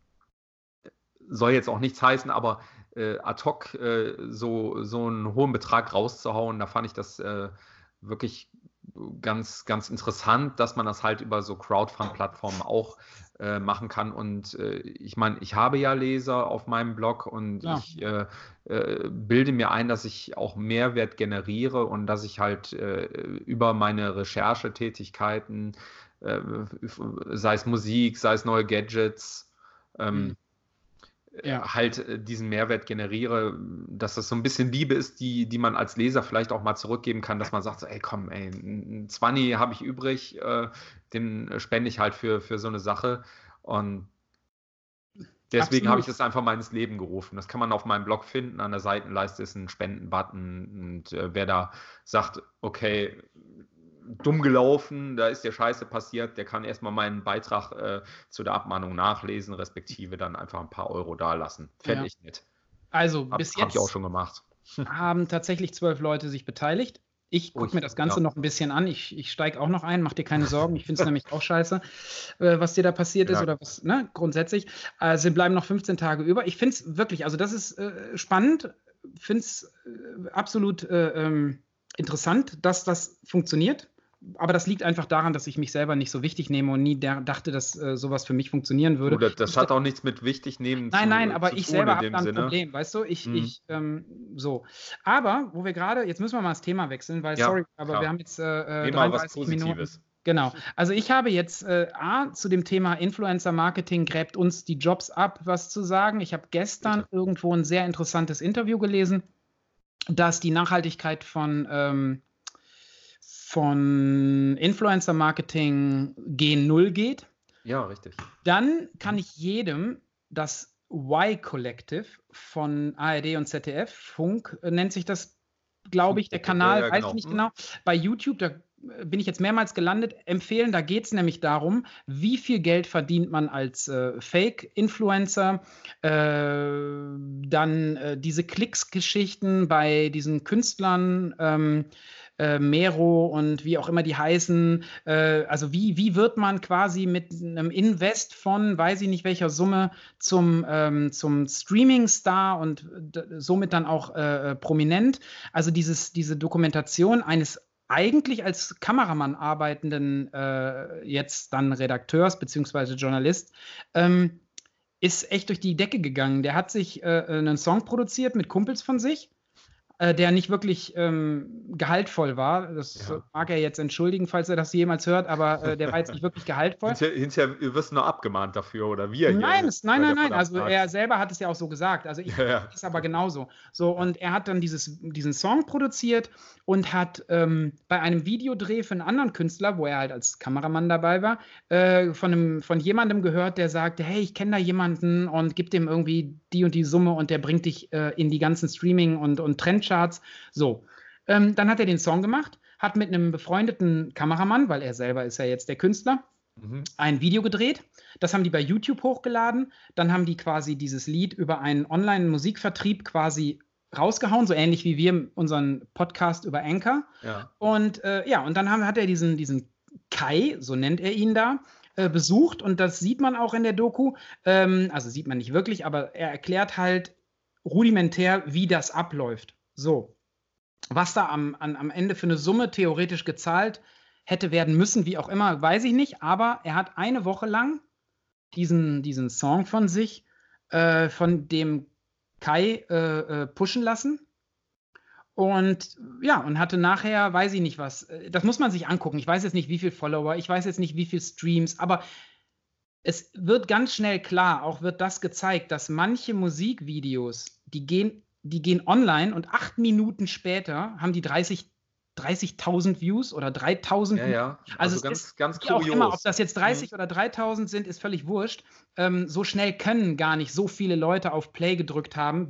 Soll jetzt auch nichts heißen, aber ad hoc so einen hohen Betrag rauszuhauen, da fand ich das wirklich ganz, ganz interessant, dass man das halt über so Crowdfund-Plattformen auch machen kann. Und ich meine, ich habe ja Leser auf meinem Blog, und ich bilde mir ein, dass ich auch Mehrwert generiere und dass ich halt über meine Recherchetätigkeiten, sei es Musik, sei es neue Gadgets, halt diesen Mehrwert generiere, dass das so ein bisschen Liebe ist, die man als Leser vielleicht auch mal zurückgeben kann, dass man sagt, so, ey komm, ein 20 habe ich übrig, den spende ich halt für so eine Sache, und deswegen habe ich das einfach mal ins Leben gerufen. Das kann man auf meinem Blog finden, an der Seitenleiste ist ein Spenden-Button, und wer da sagt, okay, dumm gelaufen, da ist dir Scheiße passiert, der kann erstmal meinen Beitrag zu der Abmahnung nachlesen, respektive dann einfach ein paar Euro dalassen. Fände ich nett. Also bis jetzt habe ich auch schon gemacht. Haben tatsächlich 12 Leute sich beteiligt. Ich gucke mir das Ganze noch ein bisschen an. Ich steige auch noch ein, mach dir keine Sorgen. Ich finde es nämlich auch scheiße, was dir da passiert ist oder was, ne, grundsätzlich. Also bleiben noch 15 Tage über. Ich finde es wirklich, also das ist spannend, finde es absolut interessant, dass das funktioniert. Aber das liegt einfach daran, dass ich mich selber nicht so wichtig nehme und nie dachte, dass sowas für mich funktionieren würde. Das hat auch nichts mit wichtig nehmen Nein, aber ich selber habe da ein Problem, weißt du? So. Aber, wo wir gerade, jetzt müssen wir mal das Thema wechseln, weil, sorry, aber wir haben jetzt 33 Minuten. Genau. Also ich habe jetzt zu dem Thema Influencer-Marketing gräbt uns die Jobs ab, was zu sagen. Ich habe gestern irgendwo ein sehr interessantes Interview gelesen, dass die Nachhaltigkeit von Influencer-Marketing gen Null geht. Ja, richtig. Dann kann ich jedem das Y-Collective von ARD und ZDF, Funk nennt sich das, glaube ich, der Kanal, weiß ich nicht genau. Bei YouTube, da bin ich jetzt mehrmals gelandet, empfehlen. Da geht es nämlich darum, wie viel Geld verdient man als Fake-Influencer, dann diese Klicks-Geschichten bei diesen Künstlern, Mero und wie auch immer die heißen, also wie wird man quasi mit einem Invest von, weiß ich nicht welcher Summe, zum Streaming-Star und somit dann auch prominent. Also diese Dokumentation eines eigentlich als Kameramann arbeitenden jetzt dann Redakteurs bzw. Journalist ist echt durch die Decke gegangen. Der hat sich einen Song produziert mit Kumpels von sich, der nicht wirklich gehaltvoll war. Das mag er jetzt entschuldigen, falls er das jemals hört, aber der war jetzt nicht wirklich gehaltvoll. Hinterher wirst du noch abgemahnt dafür, oder wir? Nein. Also er selber hat es ja auch so gesagt. Also ich ist aber genauso. So, und er hat dann diesen Song produziert und hat bei einem Videodreh für einen anderen Künstler, wo er halt als Kameramann dabei war, von jemandem gehört, der sagte, hey, ich kenne da jemanden und gib dem irgendwie die und die Summe und der bringt dich in die ganzen Streaming- und Trendcharts. So, dann hat er den Song gemacht, hat mit einem befreundeten Kameramann, weil er selber ist ja jetzt der Künstler, ein Video gedreht. Das haben die bei YouTube hochgeladen. Dann haben die quasi dieses Lied über einen Online-Musikvertrieb quasi rausgehauen, so ähnlich wie wir unseren Podcast über Anchor. Ja. Und und dann hat er diesen Kai, so nennt er ihn da, besucht. Und das sieht man auch in der Doku. Also sieht man nicht wirklich, aber er erklärt halt rudimentär, wie das abläuft. So. Was da am Ende für eine Summe theoretisch gezahlt hätte werden müssen, wie auch immer, weiß ich nicht. Aber er hat eine Woche lang diesen Song von sich, von dem Kai pushen lassen. Und hatte nachher, weiß ich nicht was, das muss man sich angucken. Ich weiß jetzt nicht, wie viele Follower, ich weiß jetzt nicht, wie viele Streams, aber es wird ganz schnell klar, auch wird das gezeigt, dass manche Musikvideos, die gehen online und 8 Minuten später haben die 30.000 Views oder 3.000 Views. Ja. Also es ist ganz wie auch kurios. immer, ob das jetzt 30 oder 3.000 sind, ist völlig wurscht. So schnell können gar nicht so viele Leute auf Play gedrückt haben,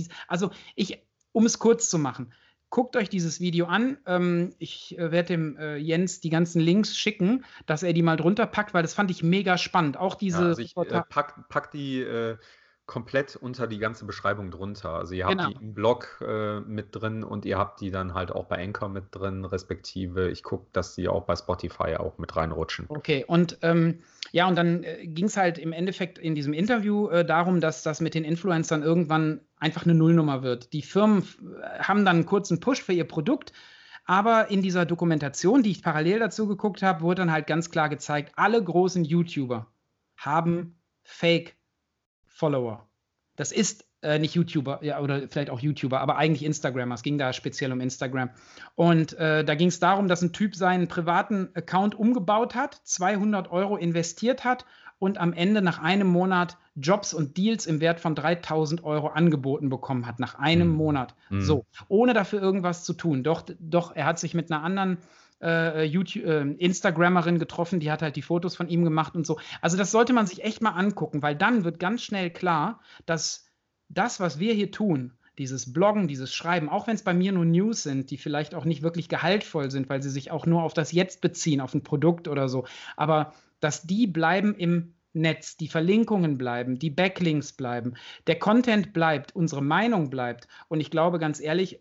um es kurz zu machen. Guckt euch dieses Video an. Ich werde dem Jens die ganzen Links schicken, dass er die mal drunter packt, weil das fand ich mega spannend. Auch diese ich pack die komplett unter die ganze Beschreibung drunter. Also ihr habt die im Blog mit drin und ihr habt die dann halt auch bei Anchor mit drin, respektive ich gucke, dass die auch bei Spotify auch mit reinrutschen. Okay, und und dann ging es halt im Endeffekt in diesem Interview darum, dass das mit den Influencern irgendwann einfach eine Nullnummer wird. Die Firmen haben dann einen kurzen Push für ihr Produkt, aber in dieser Dokumentation, die ich parallel dazu geguckt habe, wurde dann halt ganz klar gezeigt, alle großen YouTuber haben Fake-Follower. Das ist nicht YouTuber, ja, oder vielleicht auch YouTuber, aber eigentlich Instagrammer. Es ging da speziell um Instagram. Und da ging es darum, dass ein Typ seinen privaten Account umgebaut hat, 200 € investiert hat und am Ende nach einem Monat Jobs und Deals im Wert von 3.000 € angeboten bekommen hat. Nach einem Monat. So, ohne dafür irgendwas zu tun. Doch, er hat sich mit einer anderen Instagrammerin getroffen, die hat halt die Fotos von ihm gemacht und so. Also das sollte man sich echt mal angucken, weil dann wird ganz schnell klar, dass das, was wir hier tun, dieses Bloggen, dieses Schreiben, auch wenn es bei mir nur News sind, die vielleicht auch nicht wirklich gehaltvoll sind, weil sie sich auch nur auf das Jetzt beziehen, auf ein Produkt oder so, aber dass die bleiben im Netz, die Verlinkungen bleiben, die Backlinks bleiben, der Content bleibt, unsere Meinung bleibt. Und ich glaube ganz ehrlich,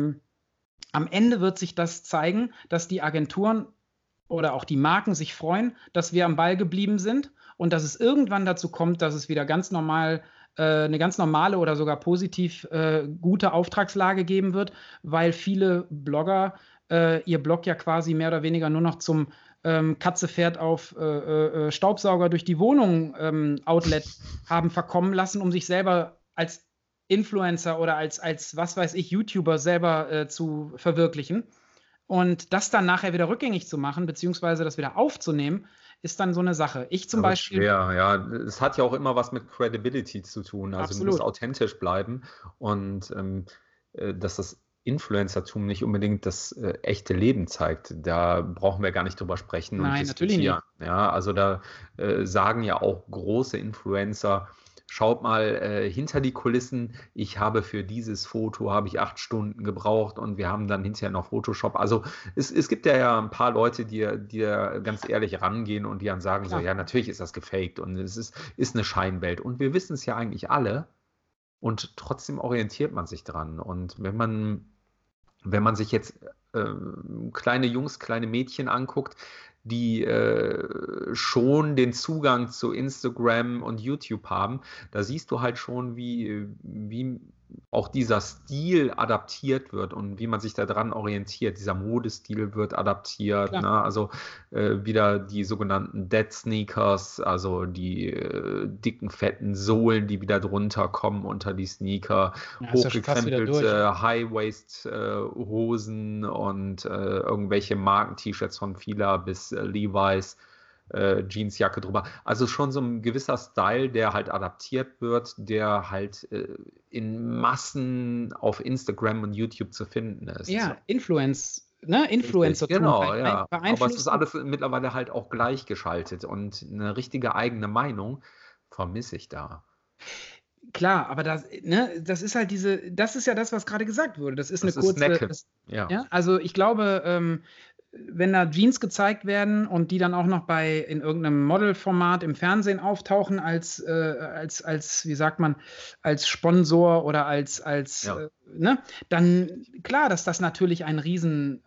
am Ende wird sich das zeigen, dass die Agenturen oder auch die Marken sich freuen, dass wir am Ball geblieben sind und dass es irgendwann dazu kommt, dass es wieder ganz normal eine ganz normale oder sogar positiv gute Auftragslage geben wird, weil viele Blogger ihr Blog ja quasi mehr oder weniger nur noch zum Katze fährt auf Staubsauger durch die Wohnung Outlet haben verkommen lassen, um sich selber als Influencer oder als was weiß ich, YouTuber selber zu verwirklichen. Und das dann nachher wieder rückgängig zu machen, beziehungsweise das wieder aufzunehmen, ist dann so eine Sache. Ich zum Beispiel. Ja, es hat ja auch immer was mit Credibility zu tun. Also Absolut. du musst authentisch bleiben und dass das Influencertum nicht unbedingt das echte Leben zeigt. Da brauchen wir gar nicht drüber sprechen. Nein, natürlich nicht. Ja, also da sagen ja auch große Influencer, schaut mal hinter die Kulissen, ich habe für dieses Foto 8 Stunden gebraucht und wir haben dann hinterher noch Photoshop. Also es gibt ja ein paar Leute, die ganz ehrlich rangehen und die dann sagen so, ja, natürlich ist das gefaked und es ist eine Scheinwelt. Und wir wissen es ja eigentlich alle und trotzdem orientiert man sich dran. Und wenn man sich jetzt kleine Jungs, kleine Mädchen anguckt, die schon den Zugang zu Instagram und YouTube haben, da siehst du halt schon, wie auch dieser Stil adaptiert wird und wie man sich daran orientiert. Dieser Modestil wird adaptiert. Ne? Also wieder die sogenannten Dead Sneakers, also die dicken, fetten Sohlen, die wieder drunter kommen unter die Sneaker, hochgekrempelte High-Waist-Hosen und irgendwelche Marken-T-Shirts von Fila bis Levi's, Jeansjacke drüber. Also schon so ein gewisser Style, der halt adaptiert wird, der halt in Massen auf Instagram und YouTube zu finden ist. Ja, Influencer. Genau, ja. Aber es ist alles mittlerweile halt auch gleichgeschaltet und eine richtige eigene Meinung vermisse ich da. Klar, aber das ist halt das ist ja das, was gerade gesagt wurde. Das ist eine kurze. Ja. Also ich glaube, wenn da Jeans gezeigt werden und die dann auch noch in irgendeinem Modelformat im Fernsehen auftauchen als wie sagt man, als Sponsor oder als ne, dann klar, dass das natürlich einen riesen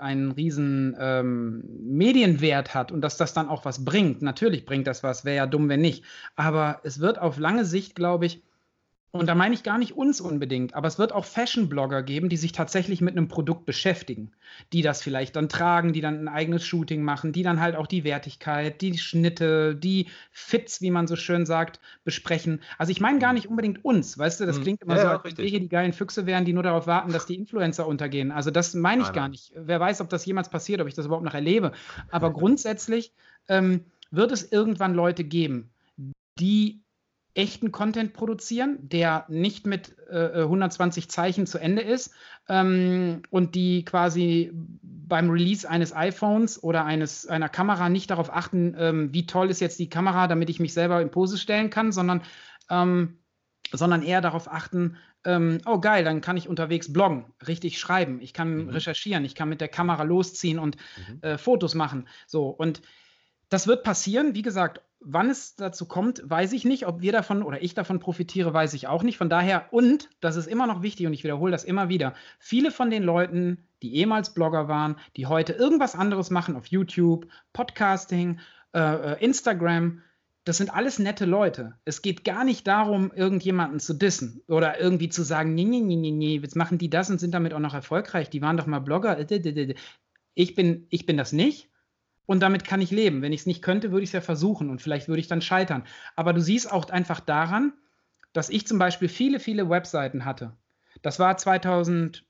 Medienwert hat und dass das dann auch was bringt. Natürlich bringt das was, wäre ja dumm, wenn nicht. Aber es wird auf lange Sicht, glaube ich, und da meine ich gar nicht uns unbedingt, aber es wird auch Fashion-Blogger geben, die sich tatsächlich mit einem Produkt beschäftigen, die das vielleicht dann tragen, die dann ein eigenes Shooting machen, die dann halt auch die Wertigkeit, die Schnitte, die Fits, wie man so schön sagt, besprechen. Also ich meine gar nicht unbedingt uns, weißt du, das klingt immer so, als ob wir hier die geilen Füchse wären, die nur darauf warten, dass die Influencer untergehen. Also das meine ich gar nicht. Wer weiß, ob das jemals passiert, ob ich das überhaupt noch erlebe. Aber grundsätzlich wird es irgendwann Leute geben, die echten Content produzieren, der nicht mit 120 Zeichen zu Ende ist und die quasi beim Release eines iPhones oder einer Kamera nicht darauf achten, wie toll ist jetzt die Kamera, damit ich mich selber in Pose stellen kann, sondern eher darauf achten, oh geil, dann kann ich unterwegs bloggen, richtig schreiben, ich kann recherchieren, ich kann mit der Kamera losziehen und Fotos machen. So, und das wird passieren, wie gesagt. Wann es dazu kommt, weiß ich nicht. Ob wir davon oder ich davon profitiere, weiß ich auch nicht. Von daher, und das ist immer noch wichtig und ich wiederhole das immer wieder, viele von den Leuten, die ehemals Blogger waren, die heute irgendwas anderes machen auf YouTube, Podcasting, Instagram, das sind alles nette Leute. Es geht gar nicht darum, irgendjemanden zu dissen oder irgendwie zu sagen, nee, jetzt machen die das und sind damit auch noch erfolgreich. Die waren doch mal Blogger. Ich bin das nicht. Und damit kann ich leben. Wenn ich es nicht könnte, würde ich es ja versuchen und vielleicht würde ich dann scheitern. Aber du siehst auch einfach daran, dass ich zum Beispiel viele, viele Webseiten hatte. Das war 2011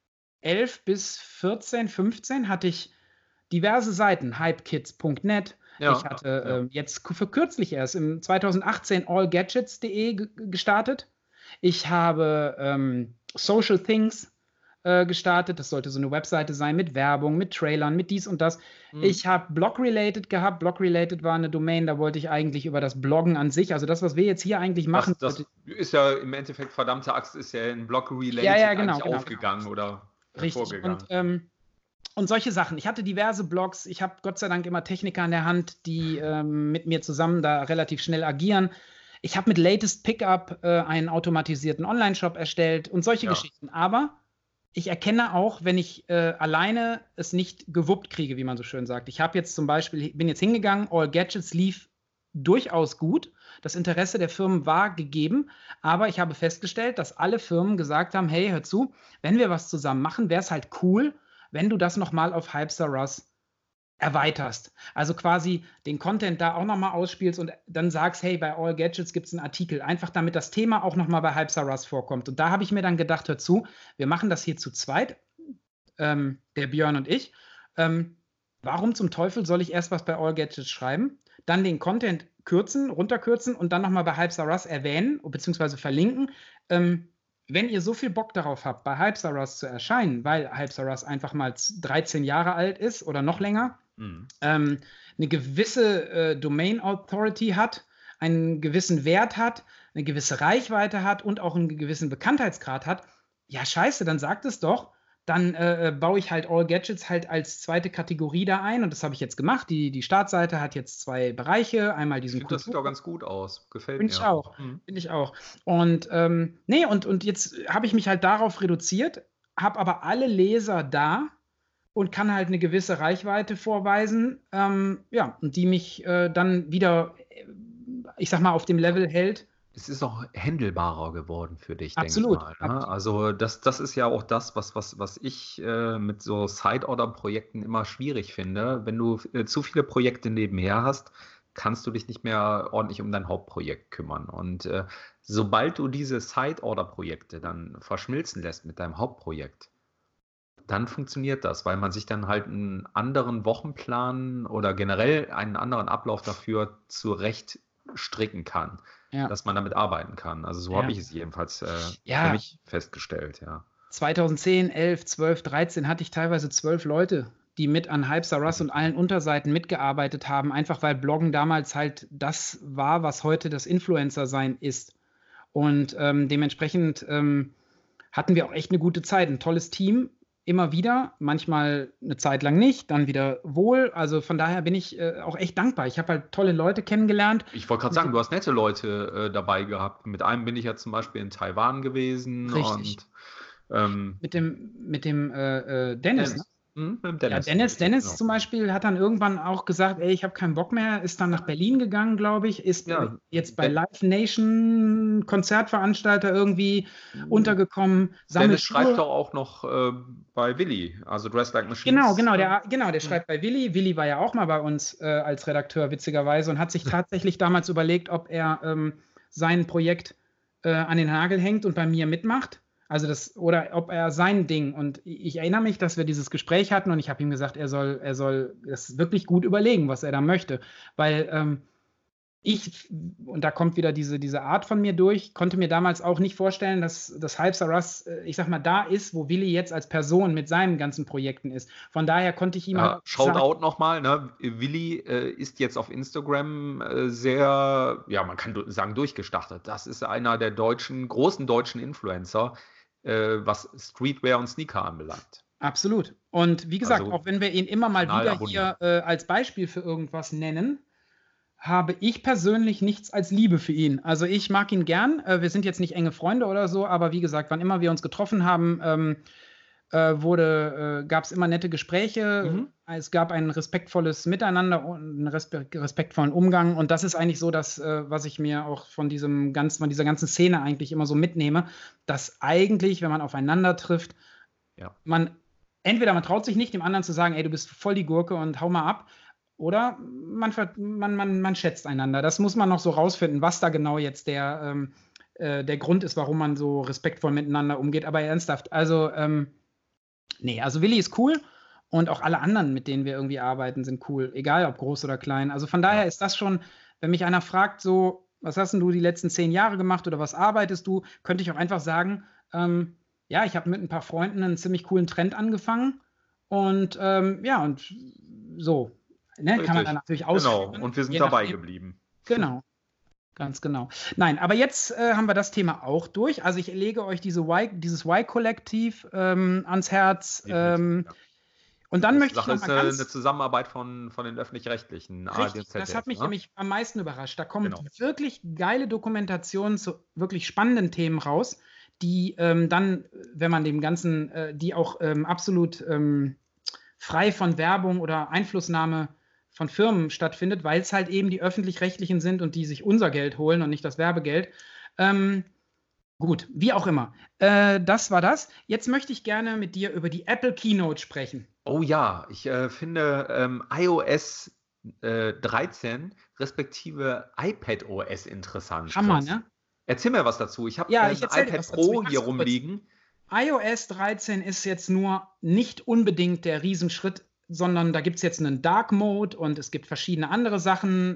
bis 14, 15 hatte ich diverse Seiten, hypekids.net. Ja, ich hatte jetzt für kürzlich erst im 2018 allgadgets.de gestartet. Ich habe Social Things gestartet. Das sollte so eine Webseite sein mit Werbung, mit Trailern, mit dies und das. Ich habe Blog-Related gehabt. Blog-Related war eine Domain, da wollte ich eigentlich über das Bloggen an sich, also das, was wir jetzt hier eigentlich machen. Das ist ja im Endeffekt, verdammte Axt, ist ja in Blog-Related genau, aufgegangen oder hervorgegangen. Und solche Sachen. Ich hatte diverse Blogs. Ich habe Gott sei Dank immer Techniker an der Hand, die mit mir zusammen da relativ schnell agieren. Ich habe mit Latest Pickup einen automatisierten Online-Shop erstellt und solche Geschichten. Aber ich erkenne auch, wenn ich alleine es nicht gewuppt kriege, wie man so schön sagt. Ich habe jetzt zum Beispiel, bin jetzt hingegangen, All Gadgets lief durchaus gut. Das Interesse der Firmen war gegeben, aber ich habe festgestellt, dass alle Firmen gesagt haben, hey, hör zu, wenn wir was zusammen machen, wäre es halt cool, wenn du das nochmal auf Hypesaurus erweiterst. Also quasi den Content da auch nochmal ausspielst und dann sagst, hey, bei All Gadgets gibt es einen Artikel. Einfach damit das Thema auch nochmal bei Hypesaurus vorkommt. Und da habe ich mir dann gedacht, hör zu, wir machen das hier zu zweit, der Björn und ich. Warum zum Teufel soll ich erst was bei All Gadgets schreiben, dann den Content runterkürzen und dann nochmal bei Hypesaurus erwähnen bzw. verlinken? Wenn ihr so viel Bock darauf habt, bei Hypesaurus zu erscheinen, weil Hypesaurus einfach mal 13 Jahre alt ist oder noch länger, eine gewisse Domain Authority hat, einen gewissen Wert hat, eine gewisse Reichweite hat und auch einen gewissen Bekanntheitsgrad hat, ja scheiße, dann sagt es doch, dann baue ich halt All Gadgets halt als zweite Kategorie da ein und das habe ich jetzt gemacht. Die Startseite hat jetzt 2 Bereiche, einmal diesen Kultur. Das sieht auch ganz gut aus, gefällt mir. Finde ich auch. Und und jetzt habe ich mich halt darauf reduziert, habe aber alle Leser da und kann halt eine gewisse Reichweite vorweisen, und die mich dann wieder, ich sag mal, auf dem Level hält. Es ist auch händelbarer geworden für dich, absolut, denke ich mal. Ne? Also das ist ja auch das, was ich mit so Side-Order-Projekten immer schwierig finde. Wenn du zu viele Projekte nebenher hast, kannst du dich nicht mehr ordentlich um dein Hauptprojekt kümmern. Und sobald du diese Side-Order-Projekte dann verschmilzen lässt mit deinem Hauptprojekt, dann funktioniert das, weil man sich dann halt einen anderen Wochenplan oder generell einen anderen Ablauf dafür zurecht stricken kann, dass man damit arbeiten kann. Also so habe ich es jedenfalls für mich festgestellt. 2010, 11, 12, 13 hatte ich teilweise 12 Leute, die mit an Hypesaurus und allen Unterseiten mitgearbeitet haben, einfach weil Bloggen damals halt das war, was heute das Influencer-Sein ist. Und dementsprechend hatten wir auch echt eine gute Zeit, ein tolles Team. immer wieder, manchmal eine Zeit lang nicht, dann wieder wohl. Also von daher bin ich auch echt dankbar. Ich habe halt tolle Leute kennengelernt. Ich wollte gerade sagen, du hast nette Leute dabei gehabt. Mit einem bin ich ja zum Beispiel in Taiwan gewesen. Richtig. Und mit dem Dennis, ne? Mit dem Ja, Dennis. Dennis Genau. zum Beispiel hat dann irgendwann auch gesagt, ey, ich habe keinen Bock mehr, ist dann nach Berlin gegangen, glaube ich, ist Ja, jetzt bei Live Nation Konzertveranstalter irgendwie untergekommen. Dennis schreibt doch auch noch bei Willi, also Dress Like Machines. Genau, der schreibt bei Willi. Willi war ja auch mal bei uns als Redakteur, witzigerweise, und hat sich tatsächlich damals überlegt, ob er sein Projekt an den Nagel hängt und bei mir mitmacht. Also oder ob er sein Ding. Und ich erinnere mich, dass wir dieses Gespräch hatten und ich habe ihm gesagt, er soll das wirklich gut überlegen, was er da möchte. Weil und da kommt wieder diese Art von mir durch, konnte mir damals auch nicht vorstellen, dass das Hypes R Us, ich sag mal, da ist, wo Willi jetzt als Person mit seinen ganzen Projekten ist. Von daher konnte ich ihm Shoutout nochmal, ne? Willi ist jetzt auf Instagram sehr, ja, man kann sagen, durchgestartet. Das ist einer der großen deutschen Influencer, was Streetwear und Sneaker anbelangt. Absolut. Und wie gesagt, auch wenn wir ihn immer mal wieder hier als Beispiel für irgendwas nennen, habe ich persönlich nichts als Liebe für ihn. Also ich mag ihn gern. Wir sind jetzt nicht enge Freunde oder so, aber wie gesagt, wann immer wir uns getroffen haben, gab es immer nette Gespräche. Es gab ein respektvolles Miteinander und einen respektvollen Umgang. Und das ist eigentlich so das, was ich mir auch von dieser ganzen Szene eigentlich immer so mitnehme, dass eigentlich, wenn man aufeinander trifft, entweder man traut sich nicht, dem anderen zu sagen, ey, du bist voll die Gurke und hau mal ab, oder man schätzt einander. Das muss man noch so rausfinden, was da genau jetzt der Grund ist, warum man so respektvoll miteinander umgeht. Aber ernsthaft, also also Willi ist cool und auch alle anderen, mit denen wir irgendwie arbeiten, sind cool, egal ob groß oder klein. Also von daher ist das schon, wenn mich einer fragt, so, was hast denn du die letzten 10 Jahre gemacht oder was arbeitest du, könnte ich auch einfach sagen, ja, ich habe mit ein paar Freunden einen ziemlich coolen Trend angefangen und und so. Ne, kann man dann natürlich ausführen. Genau, und wir sind dabei geblieben. Genau, ganz genau. Nein, aber jetzt haben wir das Thema auch durch. Also ich lege euch dieses Y-Kollektiv ans Herz. Und dann möchte ich noch mal eine Zusammenarbeit von den Öffentlich-Rechtlichen. Richtig, das hat mich nämlich am meisten überrascht. Da kommen wirklich geile Dokumentationen zu wirklich spannenden Themen raus, die dann, wenn man dem Ganzen, die auch absolut frei von Werbung oder Einflussnahme von Firmen stattfindet, weil es halt eben die Öffentlich-Rechtlichen sind und die sich unser Geld holen und nicht das Werbegeld. Gut, wie auch immer. Das war das. Jetzt möchte ich gerne mit dir über die Apple Keynote sprechen. Oh ja, ich finde iOS 13 respektive iPadOS interessant. Hammer, ne? Erzähl mir was dazu. Ich habe ein iPad Pro hier rumliegen. iOS 13 ist jetzt nur nicht unbedingt der Riesenschritt, sondern da gibt es jetzt einen Dark Mode und es gibt verschiedene andere Sachen.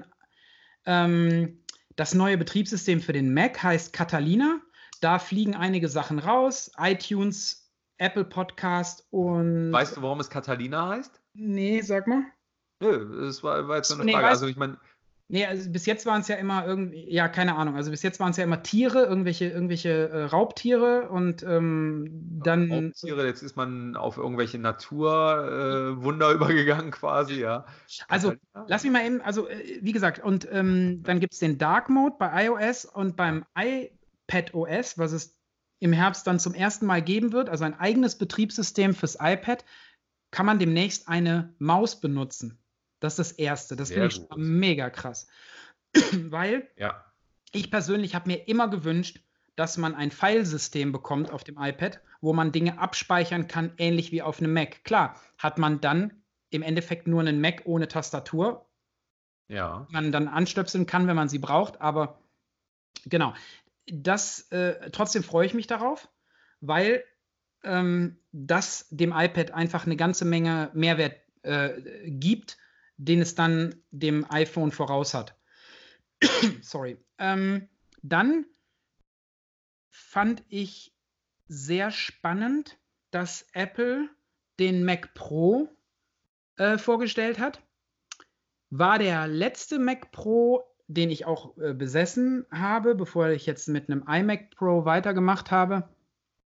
Das neue Betriebssystem für den Mac heißt Catalina. Da fliegen einige Sachen raus. iTunes, Apple Podcast und... Weißt du, warum es Catalina heißt? Nee, sag mal. Nö, das war jetzt so eine Frage. Also ich meine... Nee, also bis jetzt waren es ja immer irgendwie, ja, keine Ahnung, also bis jetzt waren es ja immer Tiere, irgendwelche Raubtiere und dann... Raubtiere, jetzt ist man auf irgendwelche Naturwunder übergegangen quasi, ja. Also, lass mich mal eben, also wie gesagt, und dann gibt es den Dark Mode bei iOS und beim iPadOS, was es im Herbst dann zum ersten Mal geben wird, also ein eigenes Betriebssystem fürs iPad, kann man demnächst eine Maus benutzen. Das ist das Erste. Das finde ich mega krass. Weil ich persönlich habe mir immer gewünscht, dass man ein Filesystem bekommt auf dem iPad, wo man Dinge abspeichern kann, ähnlich wie auf einem Mac. Klar, hat man dann im Endeffekt nur einen Mac ohne Tastatur, man dann anstöpseln kann, wenn man sie braucht. Aber genau, trotzdem freue ich mich darauf, weil das dem iPad einfach eine ganze Menge Mehrwert gibt, den es dann dem iPhone voraus hat. Sorry. Dann fand ich sehr spannend, dass Apple den Mac Pro vorgestellt hat. War der letzte Mac Pro, den ich auch besessen habe, bevor ich jetzt mit einem iMac Pro weitergemacht habe.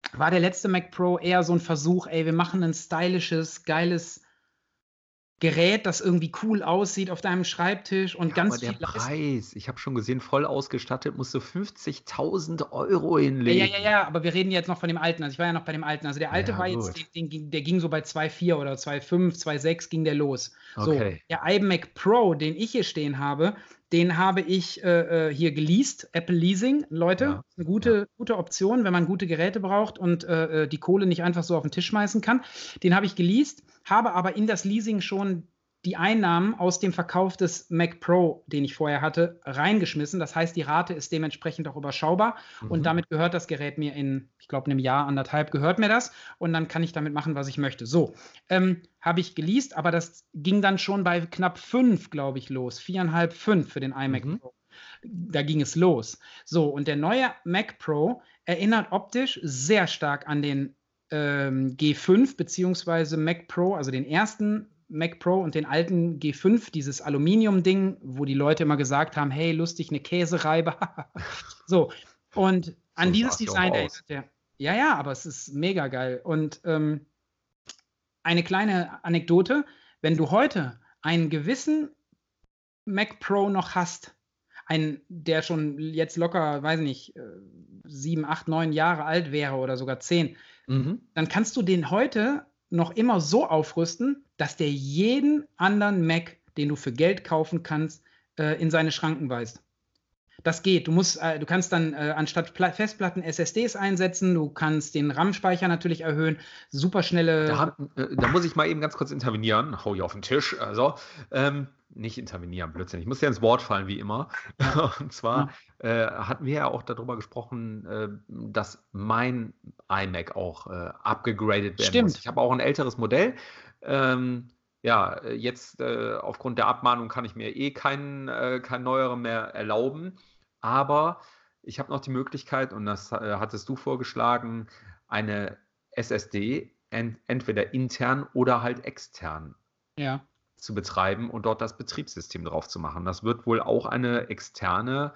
war der letzte Mac Pro eher so ein Versuch, ey, wir machen ein stylisches, geiles Gerät, das irgendwie cool aussieht auf deinem Schreibtisch und ganz aber der viel Preis, ich habe schon gesehen, voll ausgestattet, musst du 50.000 Euro hinlegen. Ja, aber wir reden jetzt noch von dem alten. Also ich war ja noch bei dem alten. Also der alte Ja, war gut. jetzt, der ging so bei 2,4 oder 2,5, 2,6 ging der los. So, Okay. der iMac Pro, den ich hier stehen habe, den habe ich hier geleast, Apple Leasing. Leute, Ja, eine gute Option, wenn man gute Geräte braucht und die Kohle nicht einfach so auf den Tisch schmeißen kann. Den habe ich geleast, habe aber in das Leasing schon die Einnahmen aus dem Verkauf des Mac Pro, den ich vorher hatte, reingeschmissen. Das heißt, die Rate ist dementsprechend auch überschaubar und damit gehört das Gerät mir ich glaube, einem Jahr, anderthalb gehört mir das und dann kann ich damit machen, was ich möchte. So, habe ich geleast, aber das ging dann schon bei knapp 5, glaube ich, los. 4,5, 5 für den iMac Pro. Da ging es los. So, und der neue Mac Pro erinnert optisch sehr stark an den G5 beziehungsweise Mac Pro, also den ersten Mac Pro und den alten G5, dieses Aluminium-Ding, wo die Leute immer gesagt haben, hey, lustig, eine Käsereibe. So, und an So dieses sah's ja auch Design aus. erinnert der. Ja, aber es ist mega geil. Und eine kleine Anekdote, wenn du heute einen gewissen Mac Pro noch hast, der schon jetzt locker, weiß nicht, 7, 8, 9 Jahre alt wäre oder sogar 10, dann kannst du den heute noch immer so aufrüsten, dass der jeden anderen Mac, den du für Geld kaufen kannst, in seine Schranken weist. Das geht. Du kannst dann anstatt Festplatten SSDs einsetzen, du kannst den RAM-Speicher natürlich erhöhen, superschnelle. Da muss ich mal eben ganz kurz intervenieren. Hau hier auf den Tisch. Also, nicht intervenieren, Blödsinn. Ich muss ja ins Wort fallen, wie immer. Und zwar hatten wir ja auch darüber gesprochen, dass mein iMac auch abgegradet werden muss. Ich habe auch ein älteres Modell. Jetzt aufgrund der Abmahnung kann ich mir kein neueren mehr erlauben. Aber ich habe noch die Möglichkeit, und das hattest du vorgeschlagen, eine SSD entweder intern oder halt extern zu betreiben und dort das Betriebssystem drauf zu machen. Das wird wohl auch eine extreme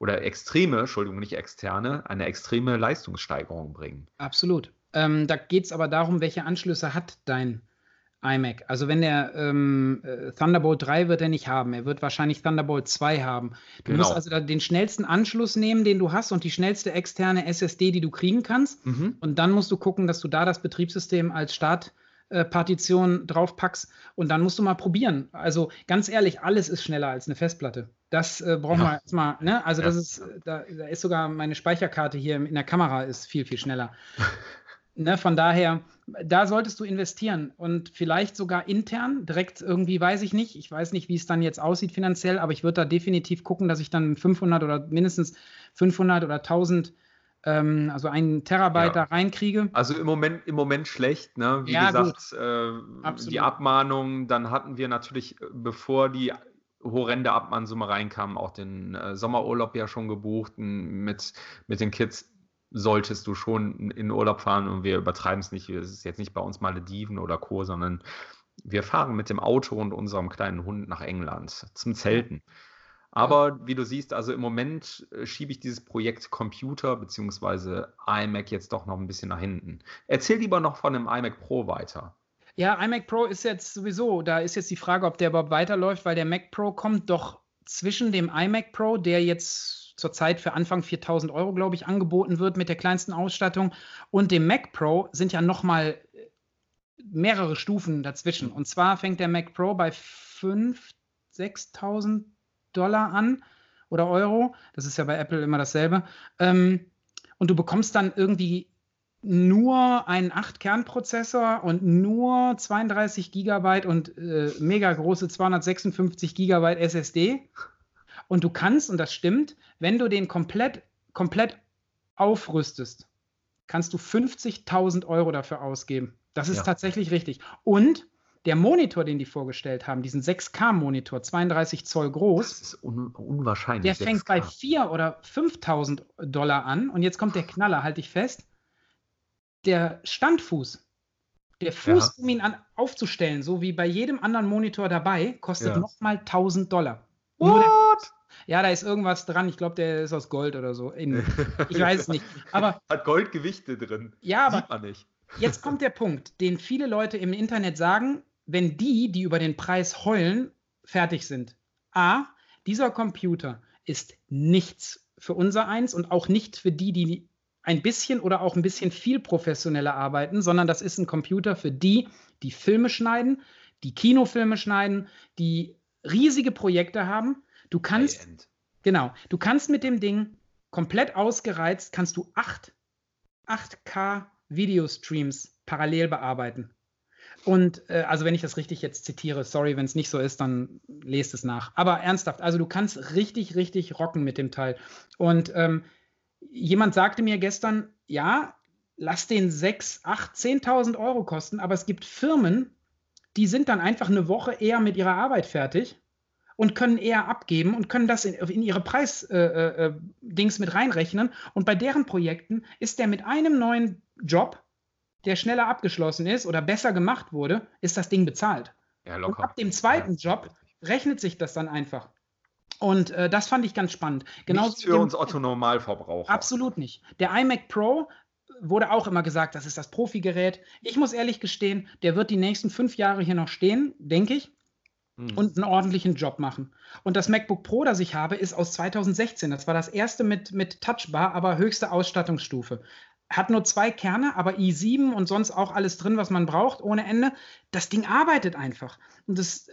Leistungssteigerung bringen. Absolut. Da geht es aber darum, welche Anschlüsse hat dein iMac. Also wenn der Thunderbolt 3 wird er nicht haben. Er wird wahrscheinlich Thunderbolt 2 haben. Du musst also den schnellsten Anschluss nehmen, den du hast und die schnellste externe SSD, die du kriegen kannst. Und dann musst du gucken, dass du da das Betriebssystem als Startpartition draufpackst und dann musst du mal probieren. Also ganz ehrlich, alles ist schneller als eine Festplatte. Das brauchen wir jetzt mal, ne? Also das ist, da ist sogar meine Speicherkarte hier in der Kamera ist viel, viel schneller. Ne, von daher, da solltest du investieren und vielleicht sogar intern, direkt irgendwie, weiß ich nicht. Ich weiß nicht, wie es dann jetzt aussieht finanziell, aber ich würde da definitiv gucken, dass ich dann 500 oder mindestens 500 oder 1000, also 1 Terabyte da reinkriege. Also im Moment schlecht, ne? Wie gesagt, die Abmahnung, dann hatten wir natürlich, bevor die horrende Abmahnsumme reinkam, auch den Sommerurlaub ja schon gebucht mit den Kids. Solltest du schon in Urlaub fahren und wir übertreiben es nicht, es ist jetzt nicht bei uns Malediven oder Co., sondern wir fahren mit dem Auto und unserem kleinen Hund nach England zum Zelten. Aber wie du siehst, also im Moment schiebe ich dieses Projekt Computer bzw. iMac jetzt doch noch ein bisschen nach hinten. Erzähl lieber noch von dem iMac Pro weiter. Ja, iMac Pro ist jetzt sowieso, da ist jetzt die Frage, ob der überhaupt weiterläuft, weil der Mac Pro kommt doch zwischen dem iMac Pro, der jetzt zurzeit für Anfang 4.000 Euro, glaube ich, angeboten wird mit der kleinsten Ausstattung. Und dem Mac Pro sind ja nochmal mehrere Stufen dazwischen. Und zwar fängt der Mac Pro bei 5.000, 6.000 Dollar an oder Euro. Das ist ja bei Apple immer dasselbe. Und du bekommst dann irgendwie nur einen 8-Kern-Prozessor und nur 32 Gigabyte und mega große 256 Gigabyte SSD. Und du kannst, und das stimmt, wenn du den komplett aufrüstest, kannst du 50.000 Euro dafür ausgeben. Das ist tatsächlich richtig. Und der Monitor, den die vorgestellt haben, diesen 6K-Monitor, 32 Zoll groß, das ist unwahrscheinlich. Der fängt 6K. Bei 4.000 oder 5.000 Dollar an. Und jetzt kommt der Knaller, halte ich fest. Der Standfuß, der Fuß, um ihn aufzustellen, so wie bei jedem anderen Monitor dabei, kostet nochmal 1.000 Dollar. Nur What? Ja, da ist irgendwas dran. Ich glaube, der ist aus Gold oder so. Ich weiß es nicht. Aber hat Goldgewichte drin. Ja, aber sieht man nicht. Jetzt kommt der Punkt, den viele Leute im Internet sagen, wenn die über den Preis heulen, fertig sind. A, dieser Computer ist nichts für unser Eins und auch nicht für die ein bisschen oder auch ein bisschen viel professioneller arbeiten, sondern das ist ein Computer für die Filme schneiden, die Kinofilme schneiden, die riesige Projekte haben. Du kannst mit dem Ding komplett ausgereizt, kannst du 8K Videostreams parallel bearbeiten. Und also wenn ich das richtig jetzt zitiere, sorry, wenn es nicht so ist, dann lest es nach. Aber ernsthaft, also du kannst richtig, richtig rocken mit dem Teil. Und jemand sagte mir gestern, ja, lass den 6.000, 8.000, 10.000 Euro kosten, aber es gibt Firmen, die sind dann einfach eine Woche eher mit ihrer Arbeit fertig und können eher abgeben und können das in ihre Preis-Dings mit reinrechnen. Und bei deren Projekten ist der mit einem neuen Job, der schneller abgeschlossen ist oder besser gemacht wurde, ist das Ding bezahlt. Ja, locker. Und ab dem zweiten Job rechnet sich das dann einfach. Und das fand ich ganz spannend. Genauso Nichts für uns Otto-Normalverbraucher. Absolut nicht. Der iMac Pro wurde auch immer gesagt, das ist das Profi-Gerät. Ich muss ehrlich gestehen, der wird die nächsten 5 Jahre hier noch stehen, denke ich, und einen ordentlichen Job machen. Und das MacBook Pro, das ich habe, ist aus 2016. Das war das erste mit Touchbar, aber höchste Ausstattungsstufe. Hat nur 2 Kerne, aber i7 und sonst auch alles drin, was man braucht, ohne Ende. Das Ding arbeitet einfach. Und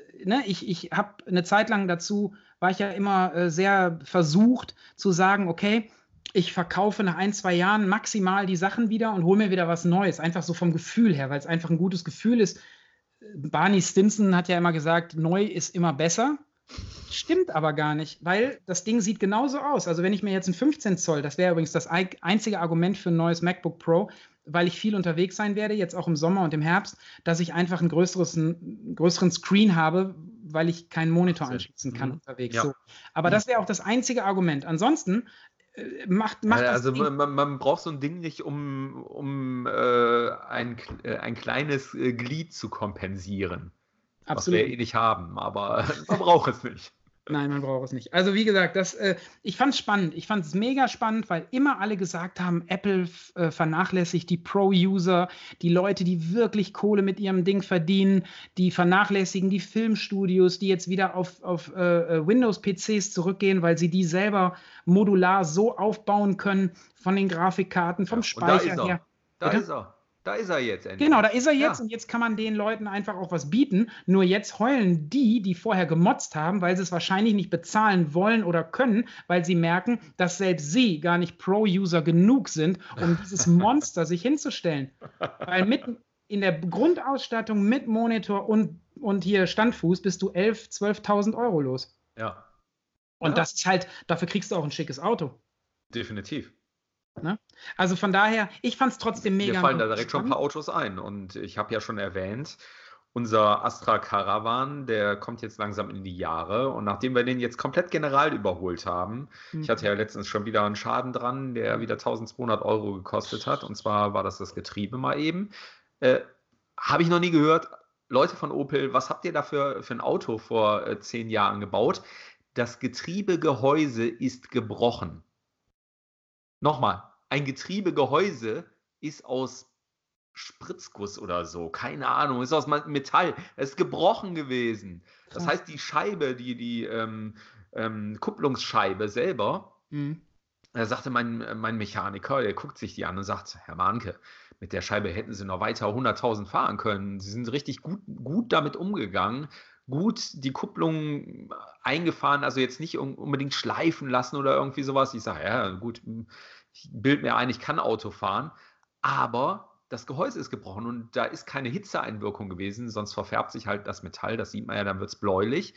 ich habe eine Zeit lang dazu, war ich ja immer sehr versucht zu sagen, okay, ich verkaufe nach 1, 2 Jahren maximal die Sachen wieder und hole mir wieder was Neues. Einfach so vom Gefühl her, weil es einfach ein gutes Gefühl ist. Barney Stinson hat ja immer gesagt, neu ist immer besser. Stimmt aber gar nicht, weil das Ding sieht genauso aus. Also wenn ich mir jetzt einen 15 Zoll, das wäre übrigens das einzige Argument für ein neues MacBook Pro, weil ich viel unterwegs sein werde, jetzt auch im Sommer und im Herbst, dass ich einfach einen größeren Screen habe, weil ich keinen Monitor anschließen kann unterwegs. Ja. So. Aber das wäre auch das einzige Argument. Ansonsten macht das also Ding. man braucht so ein Ding nicht, um ein kleines Glied zu kompensieren. Absolut. Was wir nicht haben, aber man braucht es nicht. Nein, man braucht es nicht. Also wie gesagt, ich fand es spannend. Ich fand es mega spannend, weil immer alle gesagt haben, Apple vernachlässigt die Pro-User, die Leute, die wirklich Kohle mit ihrem Ding verdienen, die vernachlässigen die Filmstudios, die jetzt wieder auf Windows-PCs zurückgehen, weil sie die selber modular so aufbauen können von den Grafikkarten, vom Speicher her. Da ist er jetzt endlich. Genau, da ist er jetzt und jetzt kann man den Leuten einfach auch was bieten. Nur jetzt heulen die vorher gemotzt haben, weil sie es wahrscheinlich nicht bezahlen wollen oder können, weil sie merken, dass selbst sie gar nicht Pro-User genug sind, um dieses Monster sich hinzustellen. Weil in der Grundausstattung mit Monitor und hier Standfuß bist du 11.000, 12.000 Euro los. Ja. Und das ist halt, dafür kriegst du auch ein schickes Auto. Definitiv. Ne? Also von daher, ich fand es trotzdem mega. Mir fallen da direkt schon ein paar Autos ein und ich habe ja schon erwähnt, unser Astra Caravan, der kommt jetzt langsam in die Jahre und nachdem wir den jetzt komplett general überholt haben, ich hatte ja letztens schon wieder einen Schaden dran, der wieder 1.200 Euro gekostet hat und zwar war das Getriebe mal eben, habe ich noch nie gehört, Leute von Opel, was habt ihr da für ein Auto vor 10 Jahren gebaut? Das Getriebegehäuse ist gebrochen. Nochmal, ein Getriebegehäuse ist aus Spritzguss oder so, keine Ahnung, ist aus Metall, es ist gebrochen gewesen. Das heißt, die Scheibe, die Kupplungsscheibe selber, da sagte mein Mechaniker, der guckt sich die an und sagt, Herr Mahnke, mit der Scheibe hätten Sie noch weiter 100.000 fahren können. Sie sind richtig gut damit umgegangen, gut die Kupplung eingefahren, also jetzt nicht unbedingt schleifen lassen oder irgendwie sowas. Ich sage, ja gut, ich bilde mir ein, ich kann Auto fahren, aber das Gehäuse ist gebrochen und da ist keine Hitzeeinwirkung gewesen, sonst verfärbt sich halt das Metall, das sieht man ja, dann wird es bläulich.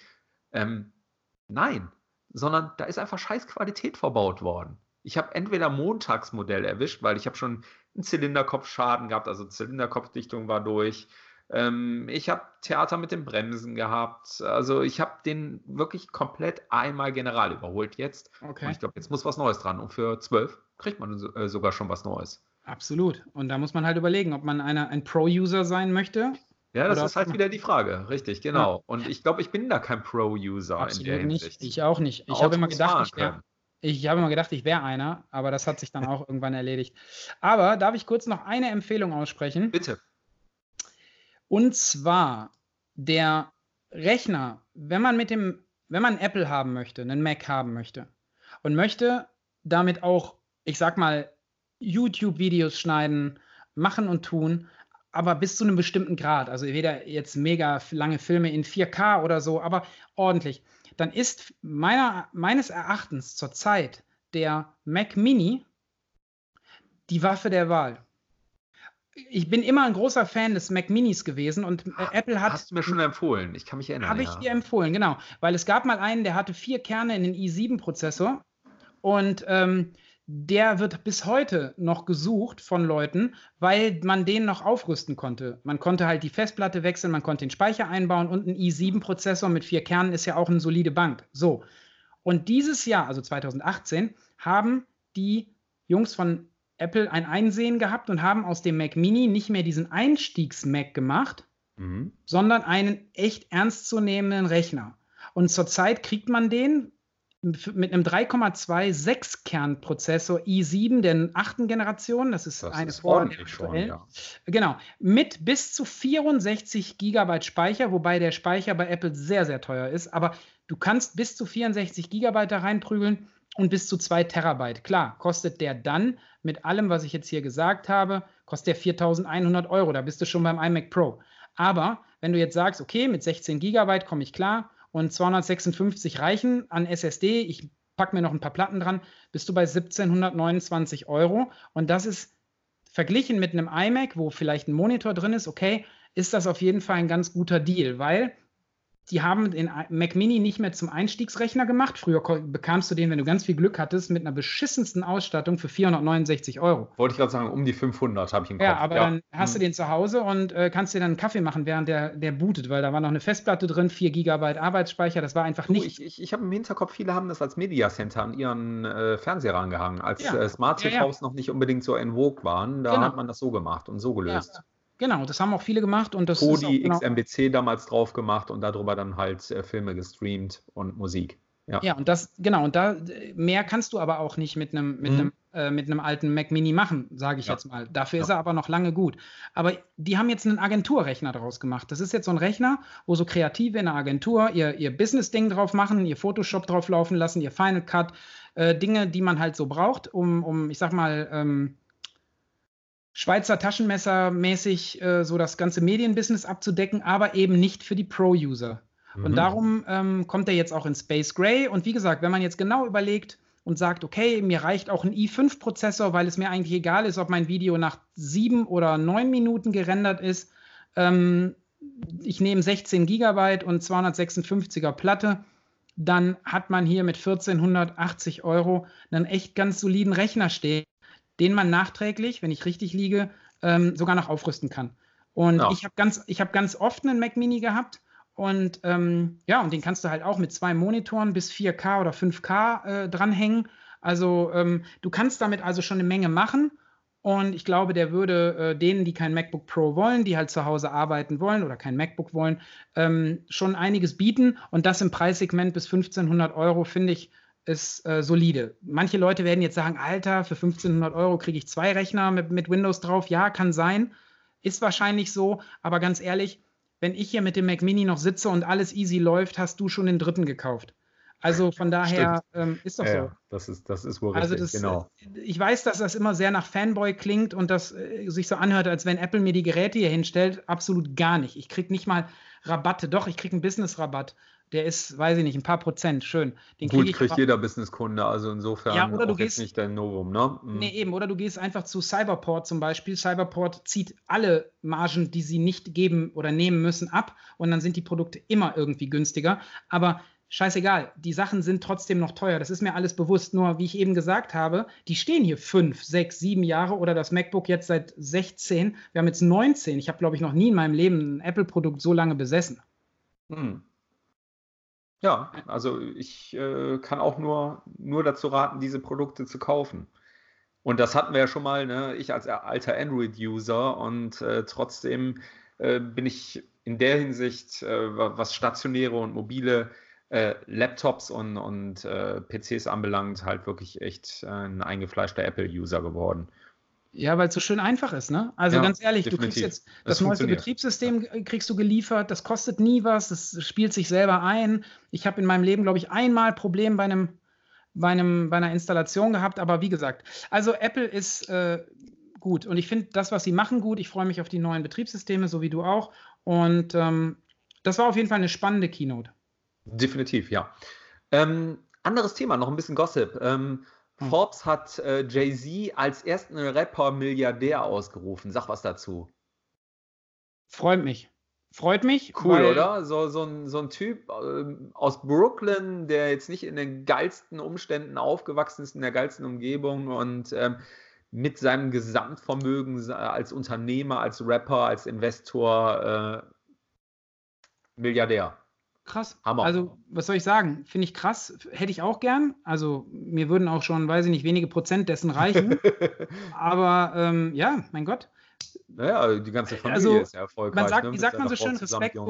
Nein, sondern da ist einfach scheiß Qualität verbaut worden. Ich habe entweder Montagsmodell erwischt, weil ich habe schon einen Zylinderkopfschaden gehabt, also Zylinderkopfdichtung war durch. Ich habe Theater mit den Bremsen gehabt. Also ich habe den wirklich komplett einmal general überholt jetzt. Okay. Und ich glaube, jetzt muss was Neues dran. Und für 12 kriegt man sogar schon was Neues. Absolut. Und da muss man halt überlegen, ob man ein Pro-User sein möchte Ja, das Oder? ist halt wieder die Frage, richtig, Ja, genau. Und ich glaube, ich bin da kein Pro-User in der absolut nicht. Hinsicht. Ich auch nicht. Autos fahren können. Ich habe immer gedacht, ich wäre einer, aber das hat sich dann auch irgendwann erledigt. Aber darf ich kurz noch eine Empfehlung aussprechen? Bitte. Und zwar der Rechner, wenn man Apple haben möchte, einen Mac haben möchte und möchte damit auch, ich sag mal, YouTube-Videos schneiden, machen und tun, aber bis zu einem bestimmten Grad, also weder jetzt mega lange Filme in 4K oder so, aber ordentlich, dann ist meines Erachtens zurzeit der Mac Mini die Waffe der Wahl. Ich bin immer ein großer Fan des Mac Minis gewesen und Apple hat. Hast du mir schon empfohlen? Ich kann mich erinnern. Habe ich dir empfohlen, genau. Weil es gab mal einen, der hatte 4 Kerne in den i7-Prozessor und der wird bis heute noch gesucht von Leuten, weil man den noch aufrüsten konnte. Man konnte halt die Festplatte wechseln, man konnte den Speicher einbauen und ein i7-Prozessor mit 4 Kernen ist ja auch eine solide Bank. So. Und dieses Jahr, also 2018, haben die Jungs von Apple ein Einsehen gehabt und haben aus dem Mac Mini nicht mehr diesen Einstiegs-Mac gemacht, sondern einen echt ernstzunehmenden Rechner. Und zurzeit kriegt man den mit einem 3,2 6-Kern-Prozessor i7 der 8. Generation, das ist eine vor der aktuellen. Ja. Genau, mit bis zu 64 GB Speicher, wobei der Speicher bei Apple sehr, sehr teuer ist, aber du kannst bis zu 64 GB da reinprügeln und bis zu 2 Terabyte. Klar, kostet der dann mit allem, was ich jetzt hier gesagt habe, kostet der 4.100 €. Da bist du schon beim iMac Pro. Aber wenn du jetzt sagst, okay, mit 16 GB komme ich klar und 256 reichen an SSD, ich packe mir noch ein paar Platten dran, bist du bei 1.729 €. Und das ist verglichen mit einem iMac, wo vielleicht ein Monitor drin ist, okay, ist das auf jeden Fall ein ganz guter Deal, weil die haben den Mac Mini nicht mehr zum Einstiegsrechner gemacht. Früher bekamst du den, wenn du ganz viel Glück hattest, mit einer beschissensten Ausstattung für 469 €. Wollte ich gerade sagen, um die 500 habe ich im Kopf. Ja, aber dann hast du den zu Hause und kannst dir dann einen Kaffee machen, während der bootet, weil da war noch eine Festplatte drin, 4 GB Arbeitsspeicher, das war einfach nicht. Ich habe im Hinterkopf, viele haben das als Media Center an ihren Fernseher rangehangen, als Smart TVs noch nicht unbedingt so en vogue waren. Da hat man das so gemacht und so gelöst. Ja. Genau, das haben auch viele gemacht und das Kodi, ist auch, XMBC damals drauf gemacht und darüber dann halt Filme gestreamt und Musik. Ja, und das, genau, und da mehr kannst du aber auch nicht mit einem alten Mac Mini machen, sage ich jetzt mal. Dafür ist er aber noch lange gut. Aber die haben jetzt einen Agenturrechner daraus gemacht. Das ist jetzt so ein Rechner, wo so Kreative in der Agentur ihr Business-Ding drauf machen, ihr Photoshop drauf laufen lassen, ihr Final Cut, Dinge, die man halt so braucht, um ich sag mal, Schweizer Taschenmesser-mäßig so das ganze Medienbusiness abzudecken, aber eben nicht für die Pro-User. Und darum kommt er jetzt auch in Space Gray. Und wie gesagt, wenn man jetzt genau überlegt und sagt, okay, mir reicht auch ein i5-Prozessor, weil es mir eigentlich egal ist, ob mein Video nach 7 oder 9 Minuten gerendert ist. Ich nehme 16 GB und 256er Platte. Dann hat man hier mit 1.480 € einen echt ganz soliden Rechner stehen, den man nachträglich, wenn ich richtig liege, sogar noch aufrüsten kann. Und ich habe ganz oft einen Mac Mini gehabt und und den kannst du halt auch mit 2 Monitoren bis 4K oder 5K dranhängen. Also du kannst damit also schon eine Menge machen und ich glaube, der würde denen, die kein MacBook Pro wollen, die halt zu Hause arbeiten wollen oder kein MacBook wollen, schon einiges bieten und das im Preissegment bis 1.500 € finde ich, ist solide. Manche Leute werden jetzt sagen, Alter, für 1.500 € kriege ich 2 Rechner mit Windows drauf. Ja, kann sein. Ist wahrscheinlich so. Aber ganz ehrlich, wenn ich hier mit dem Mac Mini noch sitze und alles easy läuft, hast du schon den 3. gekauft. Also von daher ist doch so. Ja, das ist wohl richtig, genau. Ich weiß, dass das immer sehr nach Fanboy klingt und das sich so anhört, als wenn Apple mir die Geräte hier hinstellt. Absolut gar nicht. Ich kriege nicht mal Rabatte. Doch, ich kriege einen Business-Rabatt. Der ist, weiß ich nicht, ein paar Prozent, schön. Den kriegt jeder Businesskunde, also insofern oder du gehst, jetzt nicht dein Novum, ne? Nee, eben, oder du gehst einfach zu Cyberport zum Beispiel. Cyberport zieht alle Margen, die sie nicht geben oder nehmen müssen, ab und dann sind die Produkte immer irgendwie günstiger. Aber scheißegal, die Sachen sind trotzdem noch teuer, das ist mir alles bewusst. Nur, wie ich eben gesagt habe, die stehen hier 5, 6, 7 Jahre oder das MacBook jetzt seit 16. Wir haben jetzt 19. Ich habe, glaube ich, noch nie in meinem Leben ein Apple-Produkt so lange besessen. Ja, also ich kann auch nur dazu raten, diese Produkte zu kaufen. Und das hatten wir ja schon mal, ne? Ich als alter Android-User und trotzdem bin ich in der Hinsicht, was stationäre und mobile Laptops und PCs anbelangt, halt wirklich echt ein eingefleischter Apple-User geworden. Ja, weil es so schön einfach ist, ne? Also Ja, ganz ehrlich, definitiv. du kriegst jetzt Das das neueste funktioniert. Betriebssystem kriegst du geliefert, das kostet nie was, das spielt sich selber ein. Ich habe in meinem Leben, glaube ich, einmal Problem bei einer Installation gehabt, aber wie gesagt, also Apple ist gut und ich finde das, was sie machen, gut. Ich freue mich auf die neuen Betriebssysteme, so wie du auch. Und das war auf jeden Fall eine spannende Keynote. Definitiv, ja. Anderes Thema, noch ein bisschen Gossip. Forbes hat Jay-Z als ersten Rapper-Milliardär ausgerufen. Sag was dazu. Freut mich. Cool, oder? So ein Typ aus Brooklyn, der jetzt nicht in den geilsten Umständen aufgewachsen ist, in der geilsten Umgebung und mit seinem Gesamtvermögen als Unternehmer, als Rapper, als Investor Milliardär. Krass. Hammer. Also, was soll ich sagen? Finde ich krass. Hätte ich auch gern. Also, mir würden auch schon, weiß ich nicht, wenige Prozent dessen reichen. Aber ja, mein Gott. Naja, die ganze Familie ist ja erfolgreich. Man sagt, ne? wie sagt man so schön,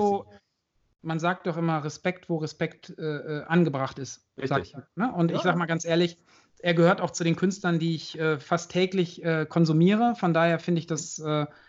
man sagt doch immer Respekt, wo Respekt angebracht ist. Richtig. Ne? Und ich sag mal ganz ehrlich, er gehört auch zu den Künstlern, die ich fast täglich konsumiere. Von daher finde ich das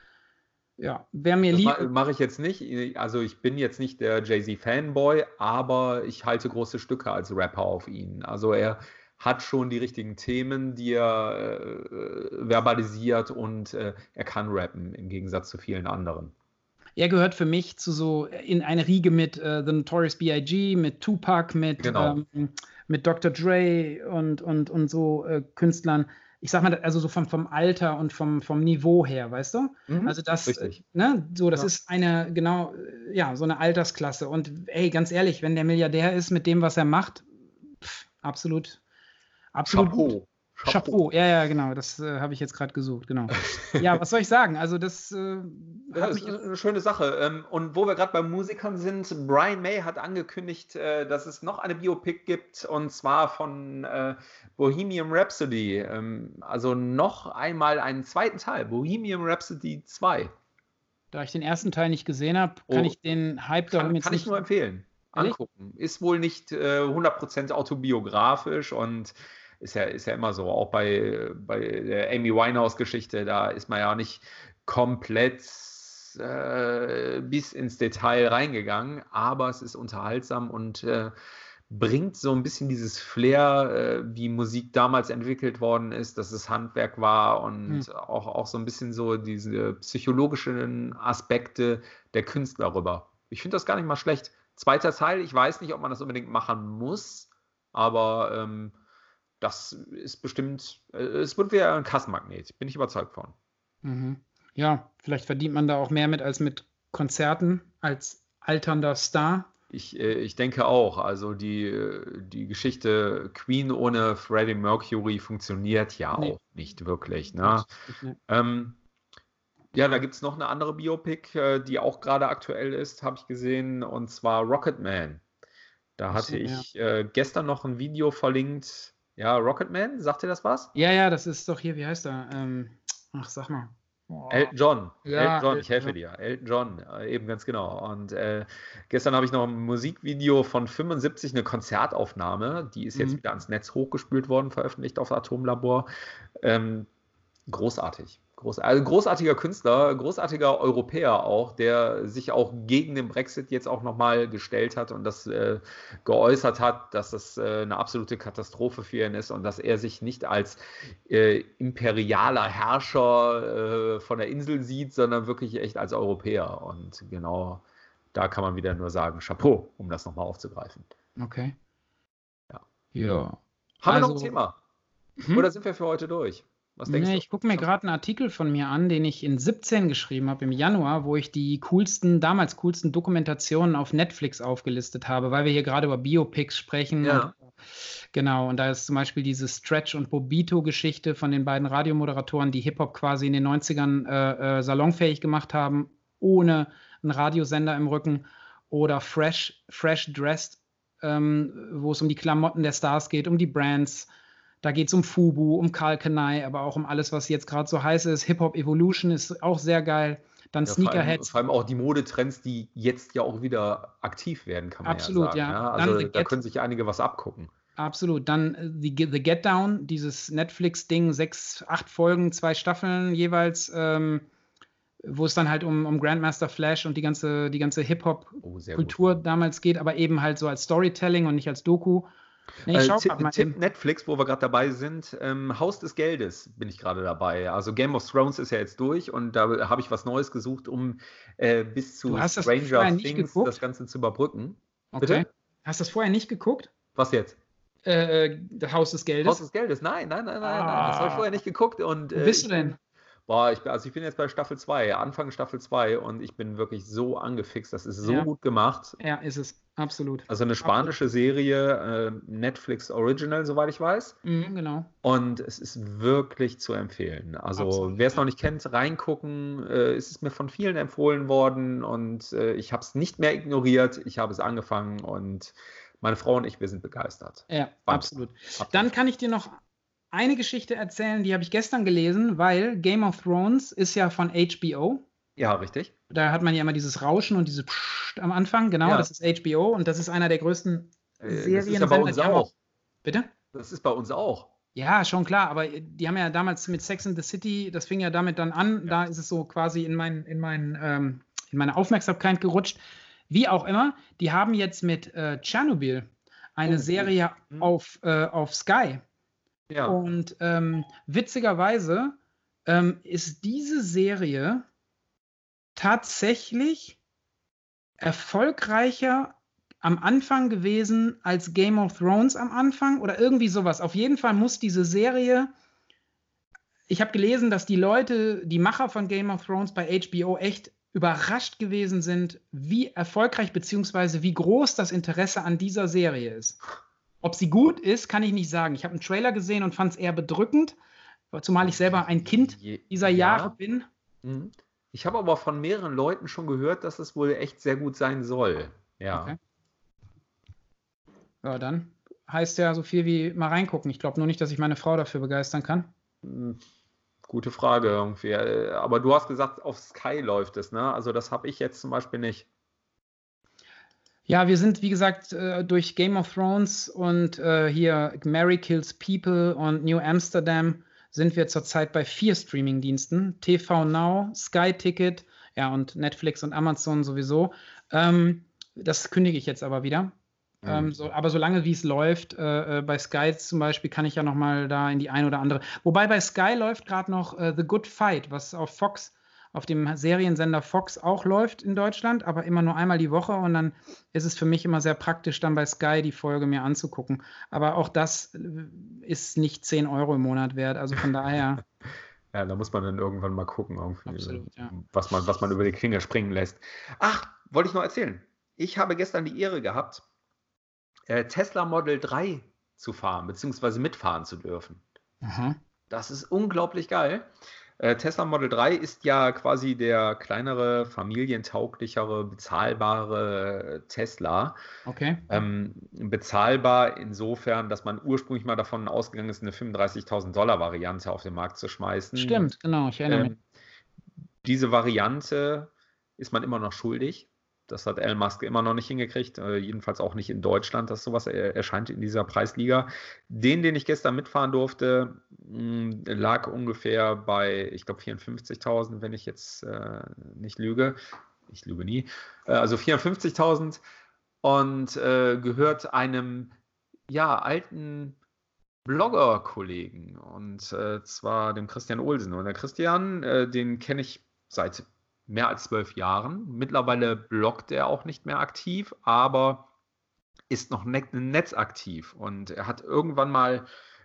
wäre mir lieb. Das mache ich jetzt nicht. Also ich bin jetzt nicht der Jay-Z-Fanboy, aber ich halte große Stücke als Rapper auf ihn. Also er hat schon die richtigen Themen, die er verbalisiert und er kann rappen, im Gegensatz zu vielen anderen. Er gehört für mich in eine Riege mit The Notorious B.I.G., mit Tupac, mit Dr. Dre und so Künstlern. Ich sag mal, also so vom Alter und vom Niveau her, weißt du? Also das, das ist so eine Altersklasse. Und ey, ganz ehrlich, wenn der Milliardär ist mit dem, was er macht, absolut Chapeau. Chapeau, ja, genau, das habe ich jetzt gerade gesucht, genau. Ja, was soll ich sagen? Also das ist eine schöne Sache. Und wo wir gerade bei Musikern sind, Brian May hat angekündigt, dass es noch eine Biopic gibt, und zwar von Bohemian Rhapsody. Also noch einmal einen zweiten Teil, Bohemian Rhapsody 2. Da ich den ersten Teil nicht gesehen habe, kann ich den Hype darum jetzt nicht... Kann ich nur empfehlen. Angucken. Ist wohl nicht 100% autobiografisch und ist ja immer so, auch bei der Amy Winehouse-Geschichte, da ist man ja nicht komplett bis ins Detail reingegangen, aber es ist unterhaltsam und bringt so ein bisschen dieses Flair, wie Musik damals entwickelt worden ist, dass es Handwerk war und auch so ein bisschen so diese psychologischen Aspekte der Künstler rüber. Ich finde das gar nicht mal schlecht. Zweiter Teil, ich weiß nicht, ob man das unbedingt machen muss, aber das ist bestimmt, es wird wieder ein Kassenmagnet, bin ich überzeugt von. Ja, vielleicht verdient man da auch mehr mit als mit Konzerten, als alternder Star. Ich denke auch, also die Geschichte Queen ohne Freddie Mercury funktioniert ja auch nicht wirklich. Ne? Ja, da gibt es noch eine andere Biopic, die auch gerade aktuell ist, habe ich gesehen, und zwar Rocketman. Da hatte ich gestern noch ein Video verlinkt. Ja, Rocketman, sagt dir das was? Ja, das ist doch hier, wie heißt er? Sag mal. Elton John. Ja, Elton John, ich helfe dir. Elton John, eben ganz genau. Und gestern habe ich noch ein Musikvideo von 75, eine Konzertaufnahme, die ist jetzt wieder ans Netz hochgespült worden, veröffentlicht auf Atomlabor. Großartig. Also großartiger Künstler, großartiger Europäer auch, der sich auch gegen den Brexit jetzt auch nochmal gestellt hat und das geäußert hat, dass das eine absolute Katastrophe für ihn ist und dass er sich nicht als imperialer Herrscher von der Insel sieht, sondern wirklich echt als Europäer. Und genau da kann man wieder nur sagen, Chapeau, um das nochmal aufzugreifen. Okay. Ja. Haben wir noch ein Thema? Oder sind wir für heute durch? Was denkst du? Ich gucke mir gerade einen Artikel von mir an, den ich in 17 geschrieben habe, im Januar, wo ich die damals coolsten Dokumentationen auf Netflix aufgelistet habe, weil wir hier gerade über Biopics sprechen. Ja. Und da ist zum Beispiel diese Stretch- und Bobbito-Geschichte von den beiden Radiomoderatoren, die Hip-Hop quasi in den 90ern salonfähig gemacht haben, ohne einen Radiosender im Rücken. Oder Fresh Dressed, wo es um die Klamotten der Stars geht, um die Brands. Da geht es um Fubu, um Karl Kanai, aber auch um alles, was jetzt gerade so heiß ist. Hip-Hop Evolution ist auch sehr geil. Dann Ja, Sneakerheads. vor allem auch die Modetrends, die jetzt ja auch wieder aktiv werden, kann man Absolut, ja sagen. ja. Ja, Dann also The da Get. können sich einige was abgucken. Absolut. Dann The Get Down, dieses Netflix-Ding, 6, 8 Folgen, 2 Staffeln jeweils, wo es dann halt um Grandmaster Flash und die ganze Oh, sehr Hip-Hop-Kultur damals geht, aber eben halt so als Storytelling und nicht als Doku. Nee, ich schau grad mal Tipp eben. Netflix, wo wir gerade dabei sind, Haus des Geldes bin ich gerade dabei. Also Game of Thrones ist ja jetzt durch und da habe ich was Neues gesucht, um bis zu Du hast das vorher nicht geguckt? das Ganze zu überbrücken. Okay. Bitte? Hast du das vorher nicht geguckt? Was jetzt? Das Haus des Geldes? Haus des Geldes? Nein. Das habe ich vorher nicht geguckt. Und, Wo bist du denn? Ich bin jetzt bei Staffel 2, Anfang Staffel 2 und ich bin wirklich so angefixt. Das ist so Ja. gut gemacht. Ja, ist es. Absolut. Also eine spanische Serie, Netflix Original, soweit ich weiß. Mhm, genau. Und es ist wirklich zu empfehlen. Also Absolut, wer es ja. noch nicht kennt, reingucken. Es ist mir von vielen empfohlen worden und ich habe es nicht mehr ignoriert. Ich habe es angefangen und meine Frau und ich, wir sind begeistert. Ja, absolut. Dann kann ich dir noch eine Geschichte erzählen, die habe ich gestern gelesen, weil Game of Thrones ist ja von HBO. Ja, richtig. Da hat man ja immer dieses Rauschen und diese Psst am Anfang. Genau, Ja. das ist HBO und das ist einer der größten Serien. Das ist ja bei uns auch. Bitte? Das ist bei uns auch. Ja, schon klar, aber die haben ja damals mit Sex and the City, das fing ja damit dann an, da ist es so quasi in meine Aufmerksamkeit gerutscht. Wie auch immer, die haben jetzt mit Tschernobyl eine Serie auf Sky. Ja. Und witzigerweise ist diese Serie tatsächlich erfolgreicher am Anfang gewesen als Game of Thrones am Anfang oder irgendwie sowas. Auf jeden Fall muss diese Serie, ich habe gelesen, dass die Macher von Game of Thrones bei HBO echt überrascht gewesen sind, wie erfolgreich bzw. wie groß das Interesse an dieser Serie ist. Ob sie gut ist, kann ich nicht sagen. Ich habe einen Trailer gesehen und fand es eher bedrückend, zumal ich selber ein Kind dieser Jahre bin. Ich habe aber von mehreren Leuten schon gehört, dass es wohl echt sehr gut sein soll. Ja. Okay. Ja, dann heißt ja so viel wie mal reingucken. Ich glaube nur nicht, dass ich meine Frau dafür begeistern kann. Gute Frage irgendwie. Aber du hast gesagt, auf Sky läuft es, ne? Also das habe ich jetzt zum Beispiel nicht. Ja, wir sind, wie gesagt, durch Game of Thrones und hier Mary Kills People und New Amsterdam sind wir zurzeit bei 4 Streaming-Diensten. TV Now, Sky Ticket, ja, und Netflix und Amazon sowieso. Das kündige ich jetzt aber wieder. Aber solange wie es läuft, bei Sky zum Beispiel, kann ich ja noch mal da in die ein oder andere. Wobei bei Sky läuft gerade noch The Good Fight, was auf Fox, auf dem Seriensender Fox auch läuft in Deutschland, aber immer nur einmal die Woche und dann ist es für mich immer sehr praktisch, dann bei Sky die Folge mir anzugucken. Aber auch das ist nicht 10 € im Monat wert, also von daher. Ja, da muss man dann irgendwann mal gucken, irgendwie, Absolut, ja. was man über die Klinge springen lässt. Ach, wollte ich noch erzählen. Ich habe gestern die Ehre gehabt, Tesla Model 3 zu fahren, beziehungsweise mitfahren zu dürfen. Aha. Das ist unglaublich geil. Tesla Model 3 ist ja quasi der kleinere, familientauglichere, bezahlbare Tesla. Okay. Bezahlbar insofern, dass man ursprünglich mal davon ausgegangen ist, eine $35.000 auf den Markt zu schmeißen. Stimmt, genau, ich erinnere mich. Diese Variante ist man immer noch schuldig. Das hat Elon Musk immer noch nicht hingekriegt, jedenfalls auch nicht in Deutschland, dass sowas erscheint in dieser Preisliga. Den ich gestern mitfahren durfte, lag ungefähr bei, ich glaube, 54.000, wenn ich jetzt nicht lüge. Ich lüge nie. Also 54.000 und gehört einem alten Blogger-Kollegen und zwar dem Christian Olsen. Und der Christian, den kenne ich seit mehr als 12 Jahren. Mittlerweile bloggt er auch nicht mehr aktiv, aber ist noch netzaktiv. Und er hat irgendwann mal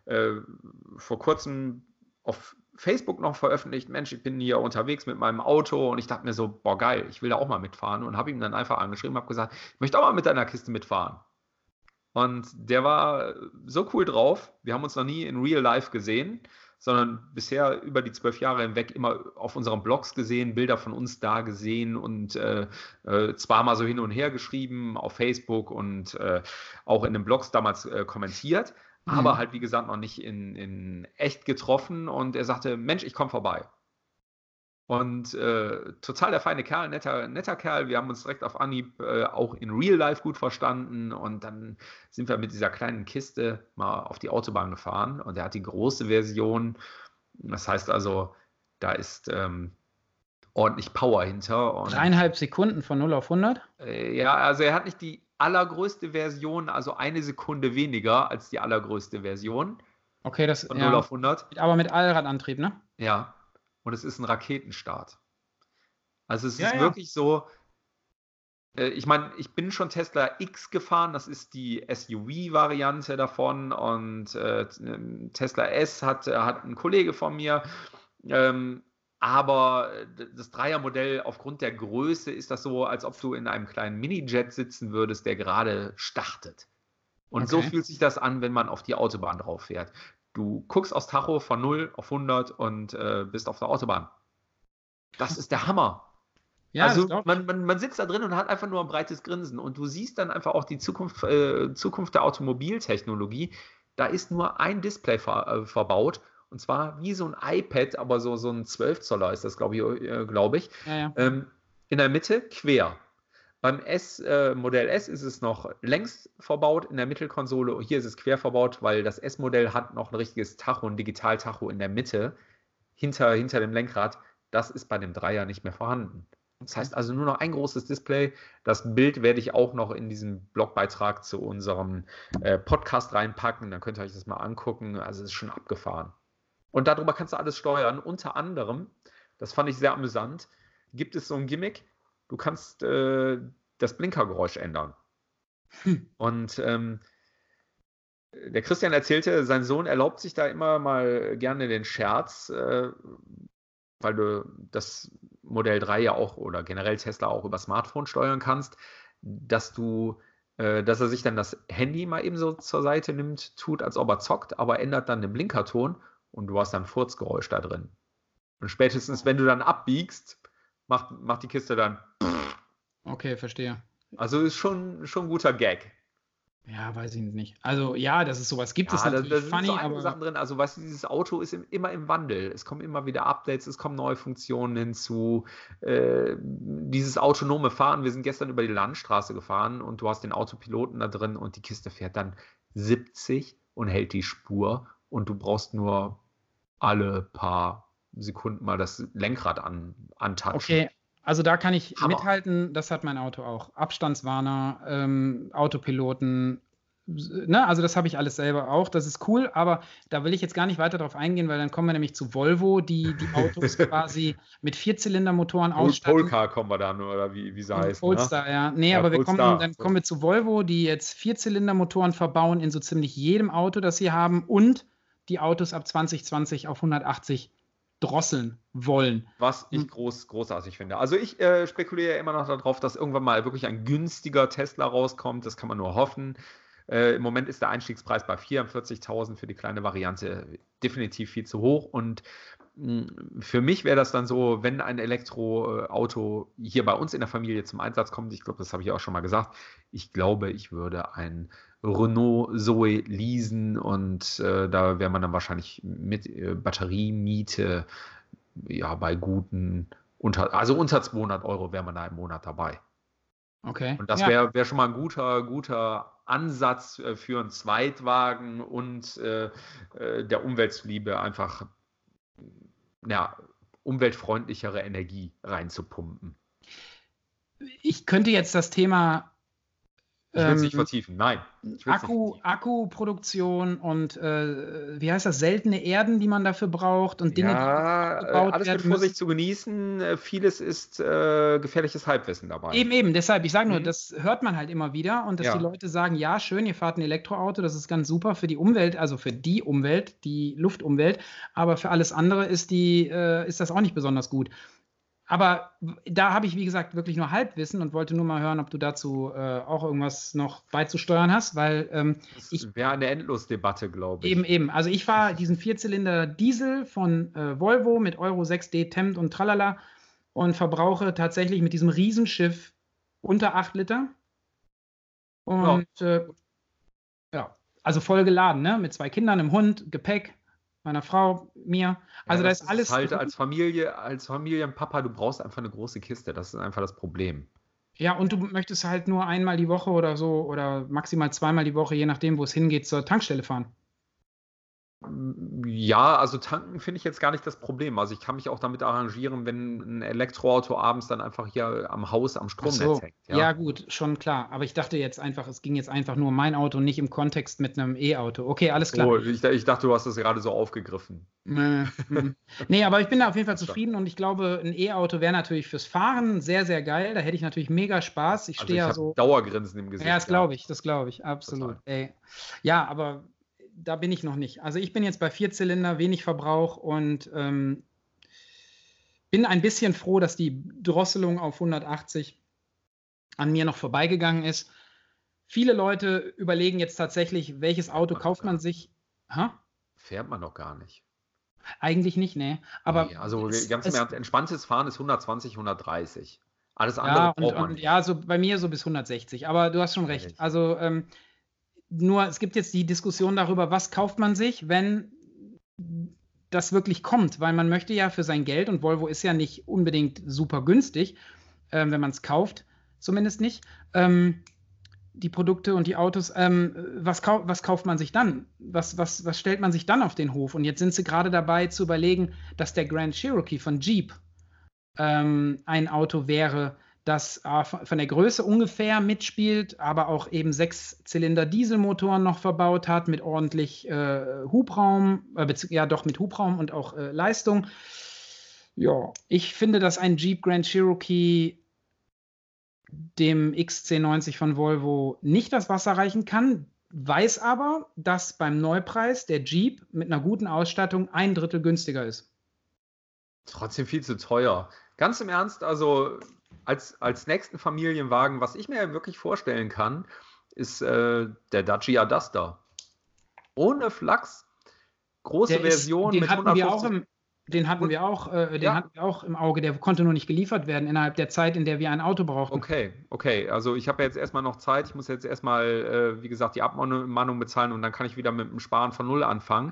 vor kurzem auf Facebook noch veröffentlicht, Mensch, ich bin hier unterwegs mit meinem Auto und ich dachte mir so, boah geil, ich will da auch mal mitfahren und habe ihm dann einfach angeschrieben, habe gesagt, ich möchte auch mal mit deiner Kiste mitfahren. Und der war so cool drauf, wir haben uns noch nie in Real Life gesehen, sondern bisher über die 12 Jahre hinweg immer auf unseren Blogs gesehen, Bilder von uns da gesehen und zwar mal so hin und her geschrieben auf Facebook und auch in den Blogs damals kommentiert, aber halt wie gesagt noch nicht in echt getroffen und er sagte, Mensch, ich komme vorbei. Und total der feine Kerl, netter Kerl. Wir haben uns direkt auf Anhieb auch in Real Life gut verstanden. Und dann sind wir mit dieser kleinen Kiste mal auf die Autobahn gefahren. Und er hat die große Version. Das heißt also, da ist ordentlich Power hinter. Und, 3,5 Sekunden von 0 auf 100? Ja, also er hat nicht die allergrößte Version, also 1 Sekunde weniger als die allergrößte Version. Okay, das von 0 auf 100. Aber mit Allradantrieb, ne? Ja. Und es ist ein Raketenstart. Also es ist wirklich so, ich meine, ich bin schon Tesla X gefahren, das ist die SUV-Variante davon, und Tesla S hat ein Kollege von mir, aber das Dreiermodell, aufgrund der Größe ist das so, als ob du in einem kleinen Minijet sitzen würdest, der gerade startet. Und so fühlt sich das an, wenn man auf die Autobahn drauf fährt. Du guckst aufs Tacho von 0 auf 100 und bist auf der Autobahn. Das ist der Hammer. Ja, also man sitzt da drin und hat einfach nur ein breites Grinsen. Und du siehst dann einfach auch die Zukunft der Automobiltechnologie. Da ist nur ein Display verbaut. Und zwar wie so ein iPad, aber so ein 12 Zoller ist das, glaube ich. Ja. In der Mitte quer. Beim Modell S ist es noch längs verbaut in der Mittelkonsole. Hier ist es quer verbaut, weil das S-Modell hat noch ein richtiges Tacho, ein Digital-Tacho in der Mitte, hinter dem Lenkrad. Das ist bei dem Dreier nicht mehr vorhanden. Das heißt also nur noch ein großes Display. Das Bild werde ich auch noch in diesem Blogbeitrag zu unserem Podcast reinpacken. Dann könnt ihr euch das mal angucken. Also es ist schon abgefahren. Und darüber kannst du alles steuern. Unter anderem, das fand ich sehr amüsant, gibt es so ein Gimmick. Du kannst das Blinkergeräusch ändern. Und der Christian erzählte, sein Sohn erlaubt sich da immer mal gerne den Scherz, weil du das Modell 3 ja auch oder generell Tesla auch über Smartphone steuern kannst, dass er sich dann das Handy mal eben so zur Seite nimmt, tut, als ob er zockt, aber ändert dann den Blinkerton und du hast dann Furzgeräusch da drin. Und spätestens, wenn du dann abbiegst, macht die Kiste dann. Okay, verstehe. Also ist schon ein guter Gag. Ja, weiß ich nicht. Also ja, dass es sowas gibt, ist natürlich da funny, sind so aber Sachen drin. Also weißt du, dieses Auto ist immer im Wandel. Es kommen immer wieder Updates, es kommen neue Funktionen hinzu. Dieses autonome Fahren, wir sind gestern über die Landstraße gefahren und du hast den Autopiloten da drin und die Kiste fährt dann 70 und hält die Spur und du brauchst nur alle paar Sekunden mal das Lenkrad antatschen. Okay, also da kann ich mithalten, das hat mein Auto auch. Abstandswarner, Autopiloten, ne? Also das habe ich alles selber auch, das ist cool, aber da will ich jetzt gar nicht weiter drauf eingehen, weil dann kommen wir nämlich zu Volvo, die Autos quasi mit Vierzylindermotoren ausstatten. Polestar kommen wir dann, oder wie sie heißt. Polestar, ja. Nee, ja, aber kommen wir zu Volvo, die jetzt Vierzylindermotoren verbauen in so ziemlich jedem Auto, das sie haben, und die Autos ab 2020 auf 180 drosseln wollen. Was ich großartig finde. Also ich spekuliere ja immer noch darauf, dass irgendwann mal wirklich ein günstiger Tesla rauskommt. Das kann man nur hoffen. Im Moment ist der Einstiegspreis bei 44.000 für die kleine Variante definitiv viel zu hoch. Und für mich wäre das dann so, wenn ein Elektroauto hier bei uns in der Familie zum Einsatz kommt, ich glaube, das habe ich auch schon mal gesagt, ich glaube, ich würde ein Renault Zoe leasen und da wäre man dann wahrscheinlich mit Batteriemiete bei guten, unter 200 € wäre man da im Monat dabei. Okay. Und das wäre schon mal ein guter Ansatz für einen Zweitwagen und der Umwelt zuliebe einfach umweltfreundlichere Energie reinzupumpen. Ich könnte jetzt das Thema ich will es nicht vertiefen, nein. Akkuproduktion und wie heißt das, seltene Erden, die man dafür braucht und Dinge, die alles mit Vorsicht zu genießen. Vieles ist gefährliches Halbwissen dabei. Eben, deshalb, ich sage nur, das hört man halt immer wieder und dass die Leute sagen, ja, schön, ihr fahrt ein Elektroauto, das ist ganz super für die Umwelt, also für die Umwelt, die Luftumwelt, aber für alles andere ist das auch nicht besonders gut. Aber da habe ich, wie gesagt, wirklich nur Halbwissen und wollte nur mal hören, ob du dazu auch irgendwas noch beizusteuern hast, weil das wäre eine Endlosdebatte, glaube ich. Eben. Also ich fahre diesen Vierzylinder Diesel von Volvo mit Euro 6D Temp und tralala und verbrauche tatsächlich mit diesem Riesenschiff unter 8 Liter. Und also voll geladen, ne? Mit 2 Kindern, einem Hund, Gepäck. meiner Frau, mir. Also Ja, da das ist alles halt drin. als Familienpapa, du brauchst einfach eine große Kiste. Das ist einfach das Problem. Ja, und du möchtest halt nur einmal die Woche oder so oder maximal zweimal die Woche, je nachdem, wo es hingeht, zur Tankstelle fahren. Ja, also tanken finde ich jetzt gar nicht das Problem. Also ich kann mich auch damit arrangieren, wenn ein Elektroauto abends dann einfach hier am Haus am Ach Stromnetz so, hängt. ja gut, schon klar. Aber ich dachte jetzt einfach, es ging jetzt einfach nur um mein Auto, nicht im Kontext mit einem E-Auto. Okay, alles klar. Oh, ich dachte, du hast das gerade so aufgegriffen. Nee, aber ich bin da auf jeden Fall zufrieden und ich glaube, ein E-Auto wäre natürlich fürs Fahren sehr, sehr geil. Da hätte ich natürlich mega Spaß. Ich Also stehe ich ja habe so. Dauergrinsen im Gesicht. Ja, das glaube ich, absolut. Total. Ey. Ja, aber da bin ich noch nicht. Also ich bin jetzt bei 4-Zylinder, wenig Verbrauch und bin ein bisschen froh, dass die Drosselung auf 180 an mir noch vorbeigegangen ist. Viele Leute überlegen jetzt tatsächlich, welches Auto kauft man sich. Fährt man doch gar nicht. Eigentlich nicht, nee. Aber Nee, also ganz im Ernst, entspanntes Fahren ist 120, 130. Alles ja, andere braucht man und nicht. ja, so bei mir so bis 160. Aber du hast schon recht. Ehrlich. Also nur, es gibt jetzt die Diskussion darüber, was kauft man sich, wenn das wirklich kommt, weil man möchte ja für sein Geld, und Volvo ist ja nicht unbedingt super günstig, wenn man es kauft, zumindest nicht, die Produkte und die Autos, was kauft man sich dann? Was stellt man sich dann auf den Hof? Und jetzt sind sie gerade dabei zu überlegen, dass der Grand Cherokee von Jeep ein Auto wäre, das von der Größe ungefähr mitspielt, aber auch eben 6-Zylinder-Dieselmotoren noch verbaut hat, mit ordentlich Hubraum, mit Hubraum und auch Leistung. Ja, ich finde, dass ein Jeep Grand Cherokee dem XC90 von Volvo nicht das Wasser reichen kann, weiß aber, dass beim Neupreis der Jeep mit einer guten Ausstattung 1/3 günstiger ist. Trotzdem viel zu teuer. Ganz im Ernst, also als nächsten Familienwagen, was ich mir wirklich vorstellen kann, ist der Dacia Duster. Ohne Flachs, große Version den mit hatten 150. Den hatten wir auch im Auge, der konnte nur nicht geliefert werden innerhalb der Zeit, in der wir ein Auto brauchten. Okay. Also ich habe jetzt erstmal noch Zeit. Ich muss jetzt erstmal, wie gesagt, die Abmahnung bezahlen und dann kann ich wieder mit dem Sparen von Null anfangen.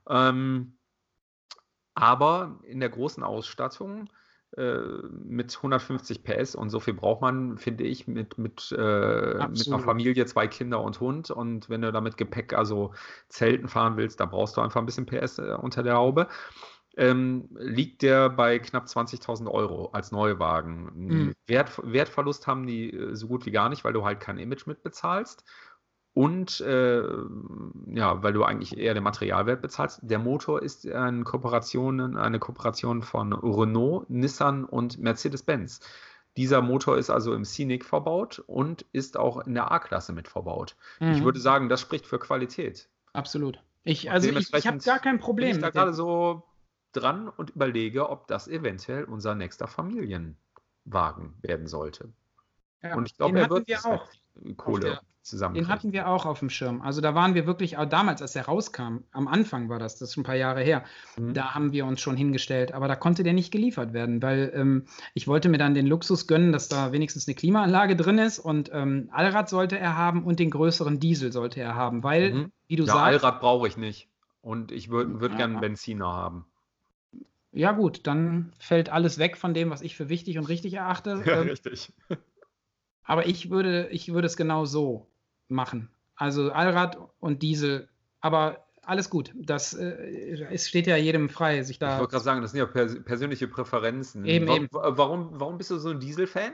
Aber in der großen Ausstattung mit 150 PS und so viel braucht man, finde ich, mit einer Familie, 2 Kinder und Hund. Und wenn du da mit Gepäck, also Zelten fahren willst, da brauchst du einfach ein bisschen PS unter der Haube. Liegt der bei knapp 20.000 Euro als Neuwagen. Wertverlust haben die so gut wie gar nicht, weil du halt kein Image mitbezahlst. Und weil du eigentlich eher den Materialwert bezahlst. Der Motor ist eine Kooperation von Renault, Nissan und Mercedes-Benz. Dieser Motor ist also im Scenic verbaut und ist auch in der A-Klasse mit verbaut. Ich würde sagen, das spricht für Qualität. Absolut. Ich habe gar kein Problem. Bin ich da gerade so dran und überlege, ob das eventuell unser nächster Familienwagen werden sollte. Ja, und ich glaube, er wird auch Kohle zusammen. Den hatten wir auch auf dem Schirm. Also da waren wir wirklich, auch damals, als er rauskam, am Anfang war das ist schon ein paar Jahre her, da haben wir uns schon hingestellt, aber da konnte der nicht geliefert werden, weil ich wollte mir dann den Luxus gönnen, dass da wenigstens eine Klimaanlage drin ist und Allrad sollte er haben und den größeren Diesel sollte er haben, weil, wie du sagst... Allrad brauche ich nicht und ich würd gerne einen Benziner haben. Ja gut, dann fällt alles weg von dem, was ich für wichtig und richtig erachte. Ja, richtig. Aber ich würde es genau so machen. Also Allrad und Diesel. Aber alles gut. Es steht ja jedem frei, sich da... Ich wollte gerade sagen, das sind ja persönliche Präferenzen. Eben. Warum bist du so ein Diesel-Fan?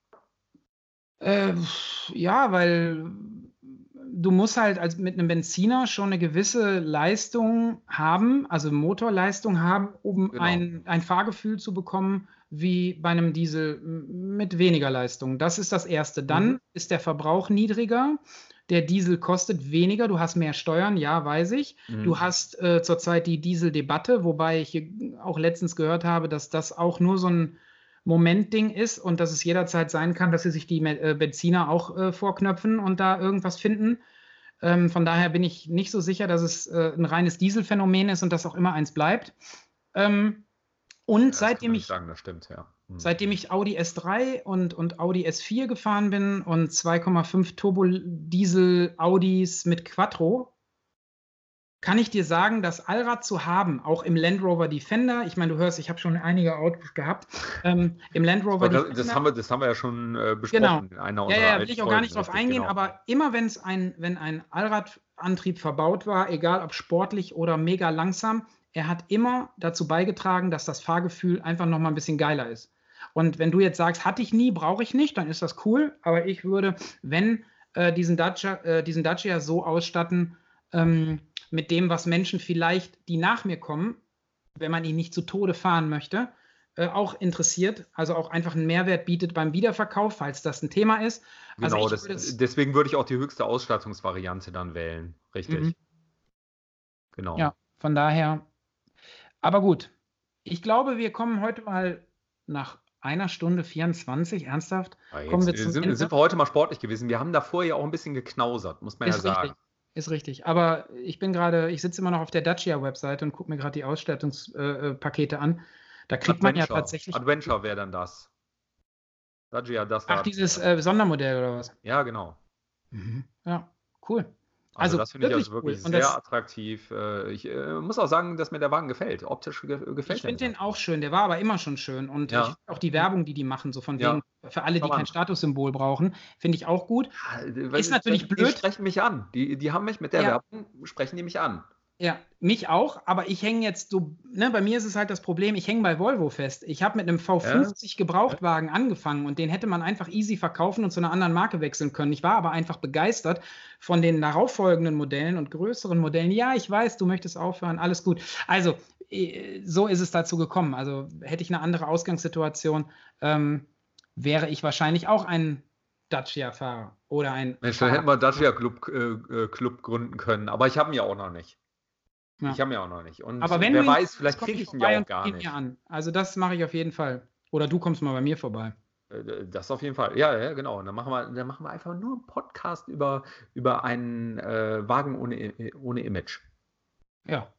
Ja, weil du musst halt mit einem Benziner schon eine gewisse Leistung haben, also Motorleistung haben, um ein Fahrgefühl zu bekommen, wie bei einem Diesel mit weniger Leistung. Das ist das Erste. Dann ist der Verbrauch niedriger. Der Diesel kostet weniger. Du hast mehr Steuern, ja, weiß ich. Du hast zurzeit die Dieseldebatte, wobei ich auch letztens gehört habe, dass das auch nur so ein Momentding ist und dass es jederzeit sein kann, dass sie sich die Benziner auch vorknöpfen und da irgendwas finden. Von daher bin ich nicht so sicher, dass es ein reines Dieselphänomen ist und das auch immer eins bleibt. Und seitdem ich Audi S3 und Audi S4 gefahren bin und 2,5 Turbo-Diesel-Audis mit Quattro, kann ich dir sagen, das Allrad zu haben, auch im Land Rover Defender, ich meine, du hörst, ich habe schon einige Autos gehabt, im Land Rover Defender. Das haben wir ja schon besprochen in einer unserer Ja, will ich auch gar nicht drauf eingehen, aber immer wenn ein Allradantrieb verbaut war, egal ob sportlich oder mega langsam, er hat immer dazu beigetragen, dass das Fahrgefühl einfach nochmal ein bisschen geiler ist. Und wenn du jetzt sagst, hatte ich nie, brauche ich nicht, dann ist das cool, aber ich würde, wenn diesen Dacia so ausstatten, mit dem, was Menschen vielleicht, die nach mir kommen, wenn man ihn nicht zu Tode fahren möchte, auch interessiert, also auch einfach einen Mehrwert bietet beim Wiederverkauf, falls das ein Thema ist. Genau, deswegen würde ich auch die höchste Ausstattungsvariante dann wählen. Richtig. Genau. Ja, von daher. Aber gut, ich glaube, wir kommen heute mal nach 1 Stunde 24, ernsthaft. Sind wir heute mal sportlich gewesen. Wir haben davor ja auch ein bisschen geknausert, muss man ja sagen. Ist richtig. Aber ich sitze immer noch auf der Dacia-Webseite und gucke mir gerade die Ausstattungspakete an. Da kriegt man ja tatsächlich. Adventure wäre dann das. Dacia, das da. Ach, dieses Sondermodell oder was? Ja, genau. Ja, cool. Also das finde ich also wirklich sehr attraktiv. Ich muss auch sagen, dass mir der Wagen gefällt. Optisch gefällt mir. Ich finde den auch schön. Der war aber immer schon schön. Und ich finde auch die Werbung, die machen, so von wegen, für alle, die kein Statussymbol brauchen, finde ich auch gut. Ist natürlich blöd. Die sprechen mich an. Die haben mich mit der Werbung, sprechen die mich an. Ja, mich auch, aber ich hänge jetzt so, bei mir ist es halt das Problem, ich hänge bei Volvo fest. Ich habe mit einem V50 Gebrauchtwagen angefangen und den hätte man einfach easy verkaufen und zu einer anderen Marke wechseln können. Ich war aber einfach begeistert von den darauffolgenden Modellen und größeren Modellen. Ja, ich weiß, du möchtest aufhören, alles gut. Also, so ist es dazu gekommen. Also, hätte ich eine andere Ausgangssituation, wäre ich wahrscheinlich auch ein Dacia-Fahrer oder ein Mensch, dann hätten wir Dacia-Club gründen können, aber ich habe ihn ja auch noch nicht. Ja. Ich habe ja auch noch nicht. Und aber wenn wer weiß, vielleicht kriege ich ihn ja auch gar nicht. An. Also das mache ich auf jeden Fall. Oder du kommst mal bei mir vorbei. Das auf jeden Fall. Ja, genau. Und dann machen wir einfach nur einen Podcast über einen Wagen ohne Image. Ja.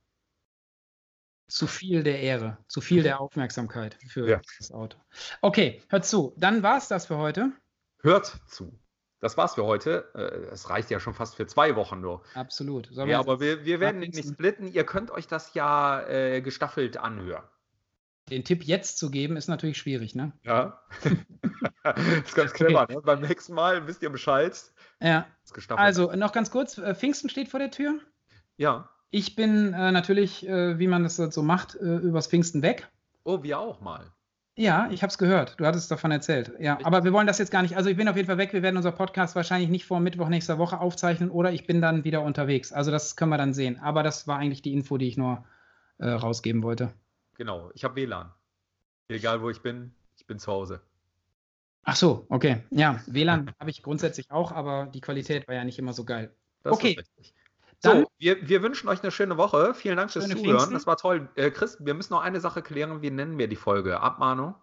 Zu viel der Ehre, zu viel der Aufmerksamkeit für das Auto. Okay, hört zu. Dann war es das für heute. Hört zu. Das war's für heute. Es reicht ja schon fast für 2 Wochen nur. Absolut. Ja, aber wir werden nicht splitten. Ihr könnt euch das ja gestaffelt anhören. Den Tipp jetzt zu geben, ist natürlich schwierig, ne? Ja. Das ist ganz clever, ne? Beim nächsten Mal wisst ihr Bescheid. Ja. Also, noch ganz kurz. Pfingsten steht vor der Tür. Ja. Ich bin natürlich, wie man das so macht, übers Pfingsten weg. Oh, wir auch mal. Ja, ich habe es gehört. Du hattest davon erzählt. Ja, aber wir wollen das jetzt gar nicht. Also ich bin auf jeden Fall weg. Wir werden unser Podcast wahrscheinlich nicht vor Mittwoch nächster Woche aufzeichnen oder ich bin dann wieder unterwegs. Also das können wir dann sehen. Aber das war eigentlich die Info, die ich nur rausgeben wollte. Genau, ich habe WLAN. Egal wo ich bin zu Hause. Ach so, okay. Ja, WLAN habe ich grundsätzlich auch, aber die Qualität war ja nicht immer so geil. Das ist richtig. So, wir wünschen euch eine schöne Woche. Vielen Dank fürs Zuhören. Pfingsten. Das war toll. Chris, wir müssen noch eine Sache klären. Wie nennen wir die Folge? Abmahnung?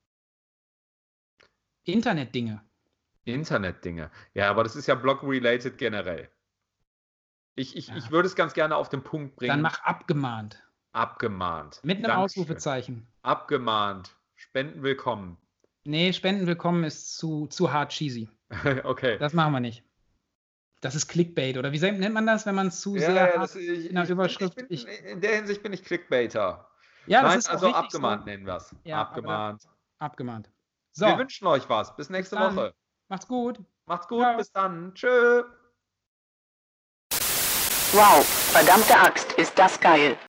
Internetdinge. Ja, aber das ist ja Blog-related generell. Ich würde es ganz gerne auf den Punkt bringen. Dann mach abgemahnt. Abgemahnt. Mit einem Ausrufezeichen. Abgemahnt. Spenden willkommen. Nee, Spenden willkommen ist zu hart cheesy. Okay. Das machen wir nicht. Das ist Clickbait, oder wie nennt man das, wenn man es zu sehr hart in der Überschrift... In der Hinsicht bin ich Clickbaiter. Ja, das ist also abgemahnt so. Nennen wir es. Ja, abgemahnt. So. Wir wünschen euch was. Bis nächste Woche. Macht's gut. Ja. Bis dann. Tschö. Wow, verdammte Axt, ist das geil.